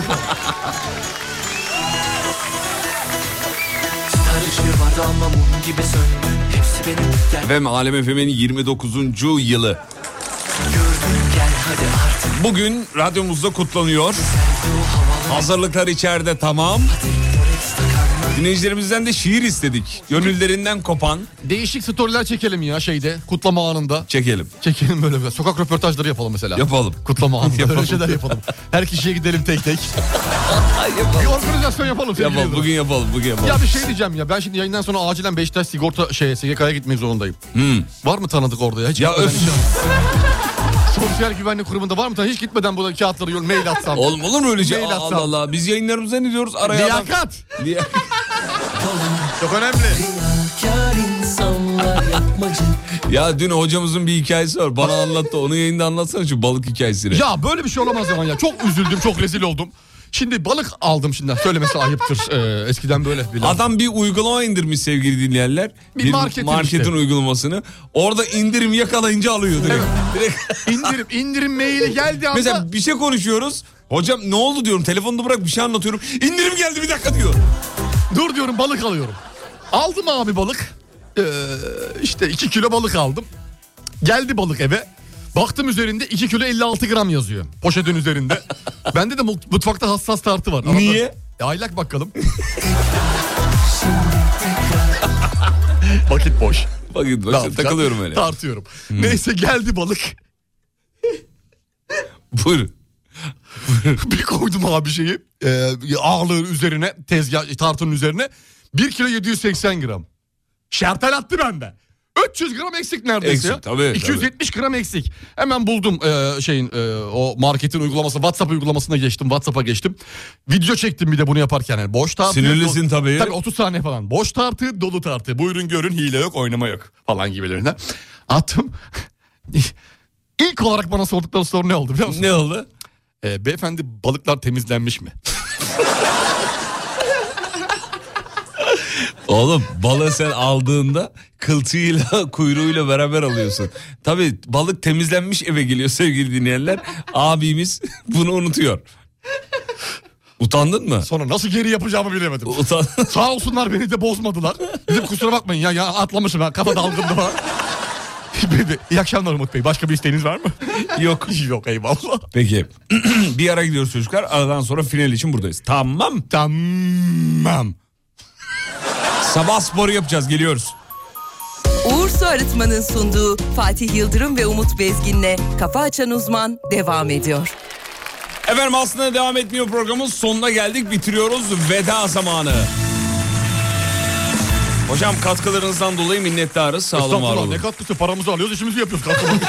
Sarışı vardı ama mum gibi söndü. Hepsi benim gel. Efendim Alem F M'nin yirmi dokuzuncu yılı. Gel hadi artık. Bugün radyomuzda kutlanıyor. Hazırlıklar içeride tamam. Dinleyicilerimizden de şiir istedik. Gönüllerinden kopan. Değişik storyler çekelim ya şeyde kutlama anında. Çekelim. Çekelim böyle, böyle. Sokak röportajları yapalım mesela. Yapalım. Kutlama anında Yapalım. öyle şeyler yapalım. Her kişiye gidelim tek tek. Bir organizasyon yapalım. sevgili Yapalım Yıldırım. bugün yapalım bugün yapalım. Ya bir şey diyeceğim ya, ben şimdi yayından sonra acilen Beşiktaş sigorta şey S G K'ya gitmek zorundayım. Hmm. Var mı tanıdık orada ya? Hiç Ya gitmeden öf. hiç- Sosyal güvenlik kurumunda var mı tanıdık? Hiç gitmeden burada kağıtları yol mail atsam. Oğlum olur mu öyle şey? Mail Allah atsam. Allah. Biz yayınlarımıza ne diyoruz? Araya adam- Liyakat. Liya- Çok önemli. Kar insanlar, yapmacık. Ya dün hocamızın bir hikayesi var. Bana anlattı. Onu yayında anlatsana şu balık hikayesini. Ya böyle bir şey olamaz zaman ya. Çok üzüldüm, çok rezil oldum. Şimdi balık aldım şimdi. Söylemesi ayıptır. Ee, eskiden böyle. Bilen. Adam bir uygulama indirmiş sevgili dinleyenler. Bir marketin işte. uygulamasını. Orada indirim yakalayınca alıyor direkt. direkt. indirim, indirim maili geldi anda. Mesela bir şey konuşuyoruz. Hocam ne oldu diyorum. Telefonunu bırak bir şey anlatıyorum. İndirim geldi bir dakika diyor. Dur diyorum, balık alıyorum. Aldım abi balık. Ee, işte iki kilo balık aldım. Geldi balık eve. Baktım üzerinde iki kilo elli altı gram yazıyor. Poşetin üzerinde. Bende de mutfakta hassas tartı var. Arada- Niye? E, aylak bakalım. Vakit boş. Bakın Ne bak, yapacağım? takılıyorum öyle. Tartıyorum. Neyse geldi balık. Buyurun. Bir koydum abi şeyi. E, ağırlığın üzerine, tezgah tartının üzerine. bir kilo yedi yüz seksen gram. Şartel attı bende. üç yüz gram eksik neredeyse Eksik, ya. tabii, iki yüz yetmiş gram eksik. Hemen buldum e, şeyin e, o marketin uygulaması, WhatsApp uygulamasına geçtim. WhatsApp'a geçtim. Video çektim bir de bunu yaparken. Yani boş tartı. Sinirlisin tabii. Tabii otuz saniye falan. Boş tartı, dolu tartı. Buyurun görün, hile yok, oynama yok falan gibilerinden. Attım. İlk olarak bana sordukları soru ne oldu biliyor musun? Ne oldu? E, beyefendi balıklar temizlenmiş mi? Oğlum balığı sen aldığında kılçığıyla kuyruğuyla beraber alıyorsun. Tabii balık temizlenmiş eve geliyor sevgili dinleyenler. Abimiz bunu unutuyor. Utandın mı? Sonra nasıl geri yapacağımı bilemedim. Utan... Sağ olsunlar beni de bozmadılar. Dedim kusura bakmayın ya, ya atlamışım ha, kafa dalgındı var. İyi akşamlar Umut Bey. Başka bir isteğiniz var mı? Yok. Yok, eyvallah. Peki. Bir ara gidiyoruz çocuklar. Aradan sonra final için buradayız. Tamam. Tamam. Sabah sporu yapacağız. Geliyoruz. Uğur Su Arıtma'nın sunduğu Fatih Yıldırım ve Umut Bezgin'le Kafa Açan Uzman devam ediyor. Efendim aslında devam etmiyor programın sonuna geldik. Bitiriyoruz. Veda zamanı. Hocam katkılarınızdan dolayı minnettarız. Sağ olun, var olun. Ne katkısı? Paramızı alıyoruz, işimizi yapıyoruz.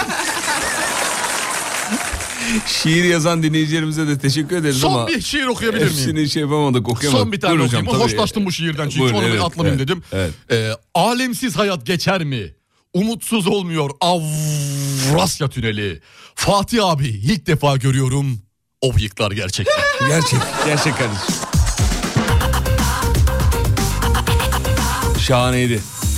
Şiir yazan dinleyicilerimize de teşekkür ederiz Son ama... Son bir şiir okuyabilir miyim? Hepsini şey yapamadık, okuyamadık. Son bir tane Buyurun okuyayım. hocam, Hoşlaştım bu şiirden çünkü. Buyurun, onu evet, bir atlamayayım evet, dedim. Evet. Ee, alemsiz hayat geçer mi? Umutsuz olmuyor Avrasya Tüneli. Fatih abi ilk defa görüyorum. O bıyıklar gerçek. Gerçek, gerçek kardeşim. Şahaneydi.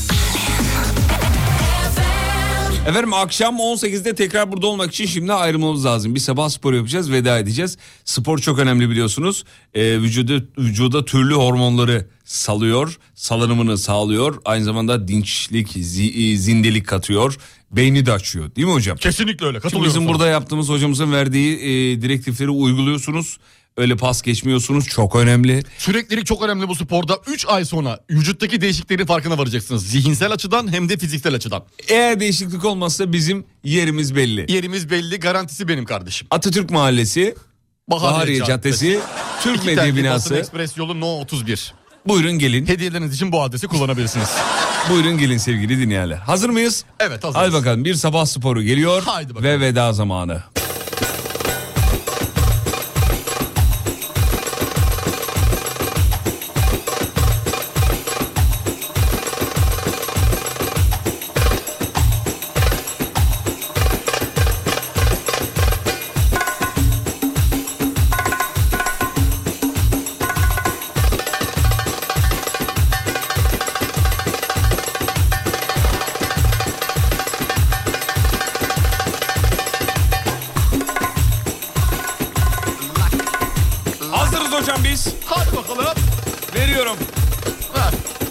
Efendim akşam on sekizde tekrar burada olmak için şimdi ayrılmamız lazım. Bir sabah spor yapacağız, veda edeceğiz. Spor çok önemli biliyorsunuz. Ee, vücuda, vücuda türlü hormonları salıyor, salınımını sağlıyor. Aynı zamanda dinçlik, zi, zindelik katıyor. Beyni de açıyor, değil mi hocam? Kesinlikle öyle, katılıyorum. Bizim sana. burada yaptığımız, hocamızın verdiği e, direktifleri uyguluyorsunuz. Öyle pas geçmiyorsunuz, çok önemli. Süreklilik çok önemli bu sporda. üç ay sonra vücuttaki değişikliklerin farkına varacaksınız. Zihinsel açıdan hem de fiziksel açıdan. Eğer değişiklik olmazsa bizim yerimiz belli. Yerimiz belli, garantisi benim kardeşim. Atatürk Mahallesi, Bahariye, Bahariye Caddesi, Caddesi, Türk İki Medya Binası. Ekspres yolu No otuz bir. Buyurun gelin. Hediyeleriniz için bu adresi kullanabilirsiniz. Buyurun gelin sevgili dinleyenler. Hazır mıyız? Evet, hazırız. Hadi bakalım, bir sabah sporu geliyor ve veda zamanı. Biz. Hadi bakalım. Veriyorum. Ver.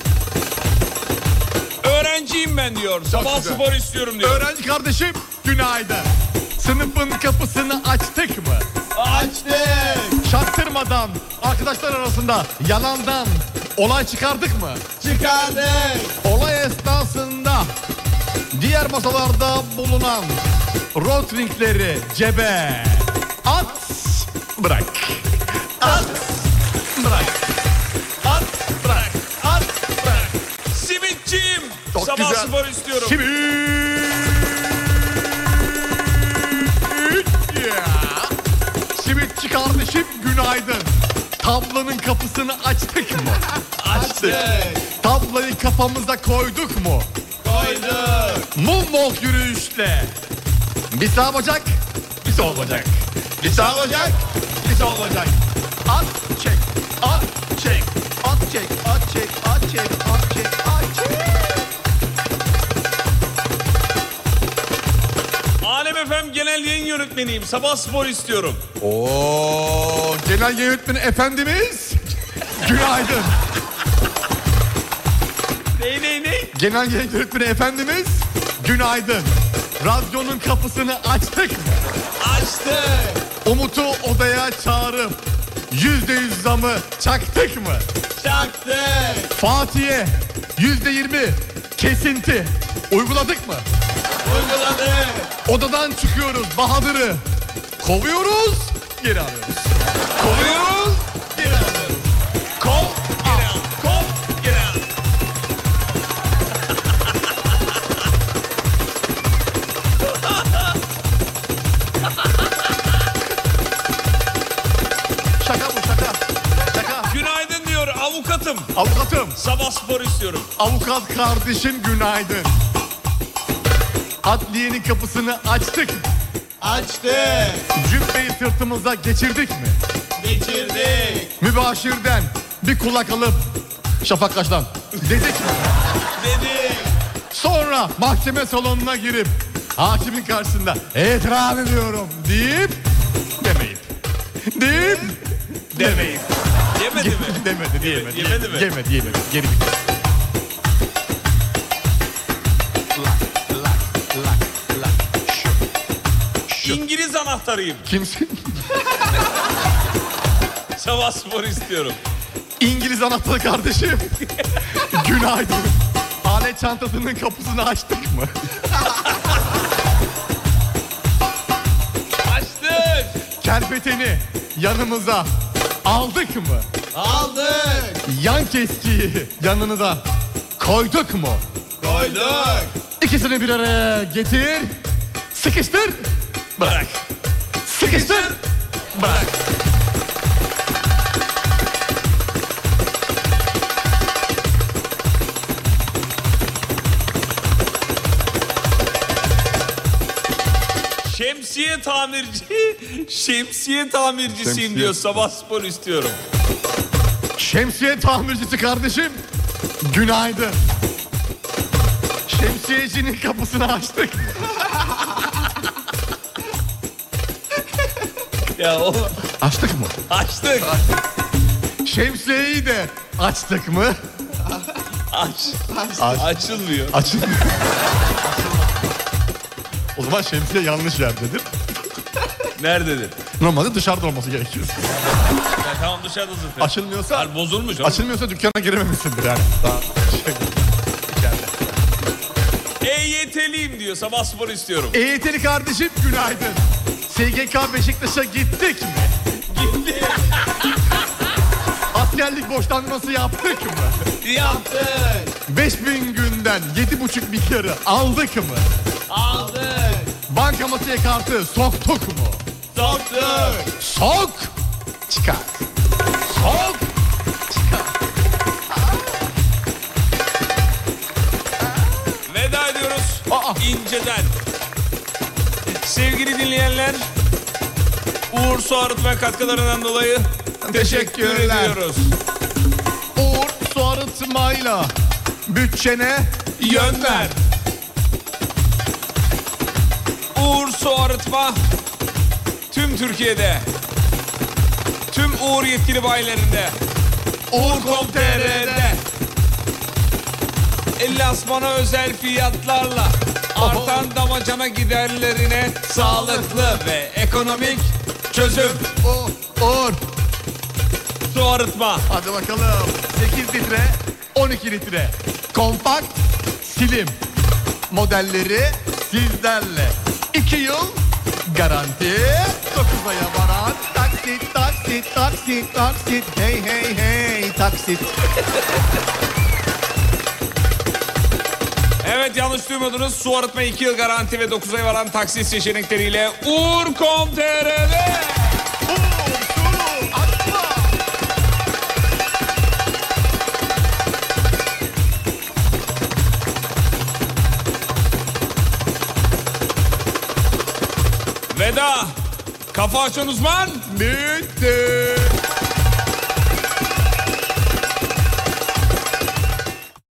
Öğrenciyim ben diyor. Çok Sabah güzel. Spor istiyorum diyor. Öğrenci kardeşim günaydın. Sınıfın kapısını açtık mı? Açtık. Çaktırmadan arkadaşlar arasında yalandan olay çıkardık mı? Çıkardık. Olay esnasında diğer masalarda bulunan rotringleri cebe at bırak. At bırak. At bırak. At bırak. Simitçiyim. Çok Sabah güzel. spor istiyorum. Simit. Ya. Simitçi kardeşim günaydın. Tablanın kapısını açtık mı? Açtık. Tablayı kafamıza koyduk mu? Koyduk. Moonwalk yürüyüşle. Bir sağ bacak, bir sol bacak. Bir sağ bacak, bir sol bacak. At çek, at çek, at çek, at çek, at çek, at çek, at çek. Alem F M Genel Yayın Yönetmeniyim. Sabah spor istiyorum. Oo, genel yönetmeni efendimiz. Günaydın. Ney ney ney? Genel yayın yönetmeni efendimiz. Günaydın. Radyonun kapısını açtık mı? Açtık. Umut'u odaya çağırıp yüzde yüz zamı çaktık mı? Çaktık. Fatih'e yüzde yirmi kesinti uyguladık mı? Uyguladık. Odadan çıkıyoruz Bahadır'ı. Kovuyoruz, geri alıyoruz. Kovuyoruz, geri alıyoruz. Kov, geri al. Kov, geri al. Şaka bu şaka. Şaka. Günaydın diyor avukatım. Avukatım. Sabah spor istiyorum. Avukat kardeşim günaydın. Adliyenin kapısını açtık mı? Açtık. Cübbeyi sırtımıza geçirdik mi? Geçirdik. Mübaşirden bir kulak alıp Şafak Kaş'tan dedik mi? Dedik. Sonra mahkeme salonuna girip hakimin karşısında itiraz ediyorum deyip demeyip deyip demeyin. Yemedi mi? Demedi, diyemedi. Yemedi mi? Yemedi, yemedi. Geri gitti. İngiliz anahtarıyım. Kimsin? Sabah spor istiyorum. İngiliz anahtarı kardeşim. Günaydın. Alet çantasının kapısını açtık mı? Açtık. Kerpeteni yanımıza aldık mı? Aldık. Yan keskiyi yanına koyduk mu? Koyduk. İkisini bir araya getir. Sıkıştır. Bırak. Sıkıştır. Bırak. Şemsiye tamirci. Şemsiye tamircisiyim Şemsiye. diyor. Sabah spor istiyorum. Şemsiye tamircisi kardeşim. Günaydın. Şemsiyecinin kapısını açtık. Ya o... Açtık mı? Açtık. Şemsiyeyi de açtık mı? Aç. Aç. Açılmıyor. Açılmıyor. O zaman şemsiye yanlış yerdedir. Nerededir? Normalde dışarıda olması gerekiyor. Ya tamam dışarıda zaten. Açılmıyorsa... Hayır, bozulmuş. Oğlum. Açılmıyorsa dükkana girememişsindir yani. Daha şey... E Y T'liyim diyor. Sabah spor istiyorum. E Y T'li kardeşim günaydın. S G K Beşiktaş'a gittik mi? Gitti. Askerlik borçlanması yaptık mı? Yaptık. Beş bin günden yedi buçuk milyarı aldık mı? Aldık. Bankamatiğe kartı soktuk mu? Soktuk. Sok! Çıkar. Sok! Çıkar. Veda ediyoruz. Aa. İnceden. Sevgili dinleyenler, Uğur Su Arıtma katkılarından dolayı teşekkür Teşekkürler. ediyoruz. Uğur Su Arıtma'yla bütçene Yön ver. Uğur Su Arıtma tüm Türkiye'de, tüm Uğur yetkili bayilerinde, uğur nokta com nokta t r'de Elasmana özel fiyatlarla artan damacana giderlerine sağlıklı ve ekonomik çözüm. O, Uğur. Su Arıtma. Hadi bakalım. sekiz litre, on iki litre. Kompakt, silim. Modelleri sizlerle. iki yıl garanti. dokuz aya varan taksit, taksit, taksit, taksit. Hey hey hey taksit. Evet, yanlış duymadınız. Su Arıtma iki yıl garanti ve dokuz ay varan taksit seçenekleriyle uğur nokta com nokta t r'de. Veda. Kafa açan uzman. Bitti.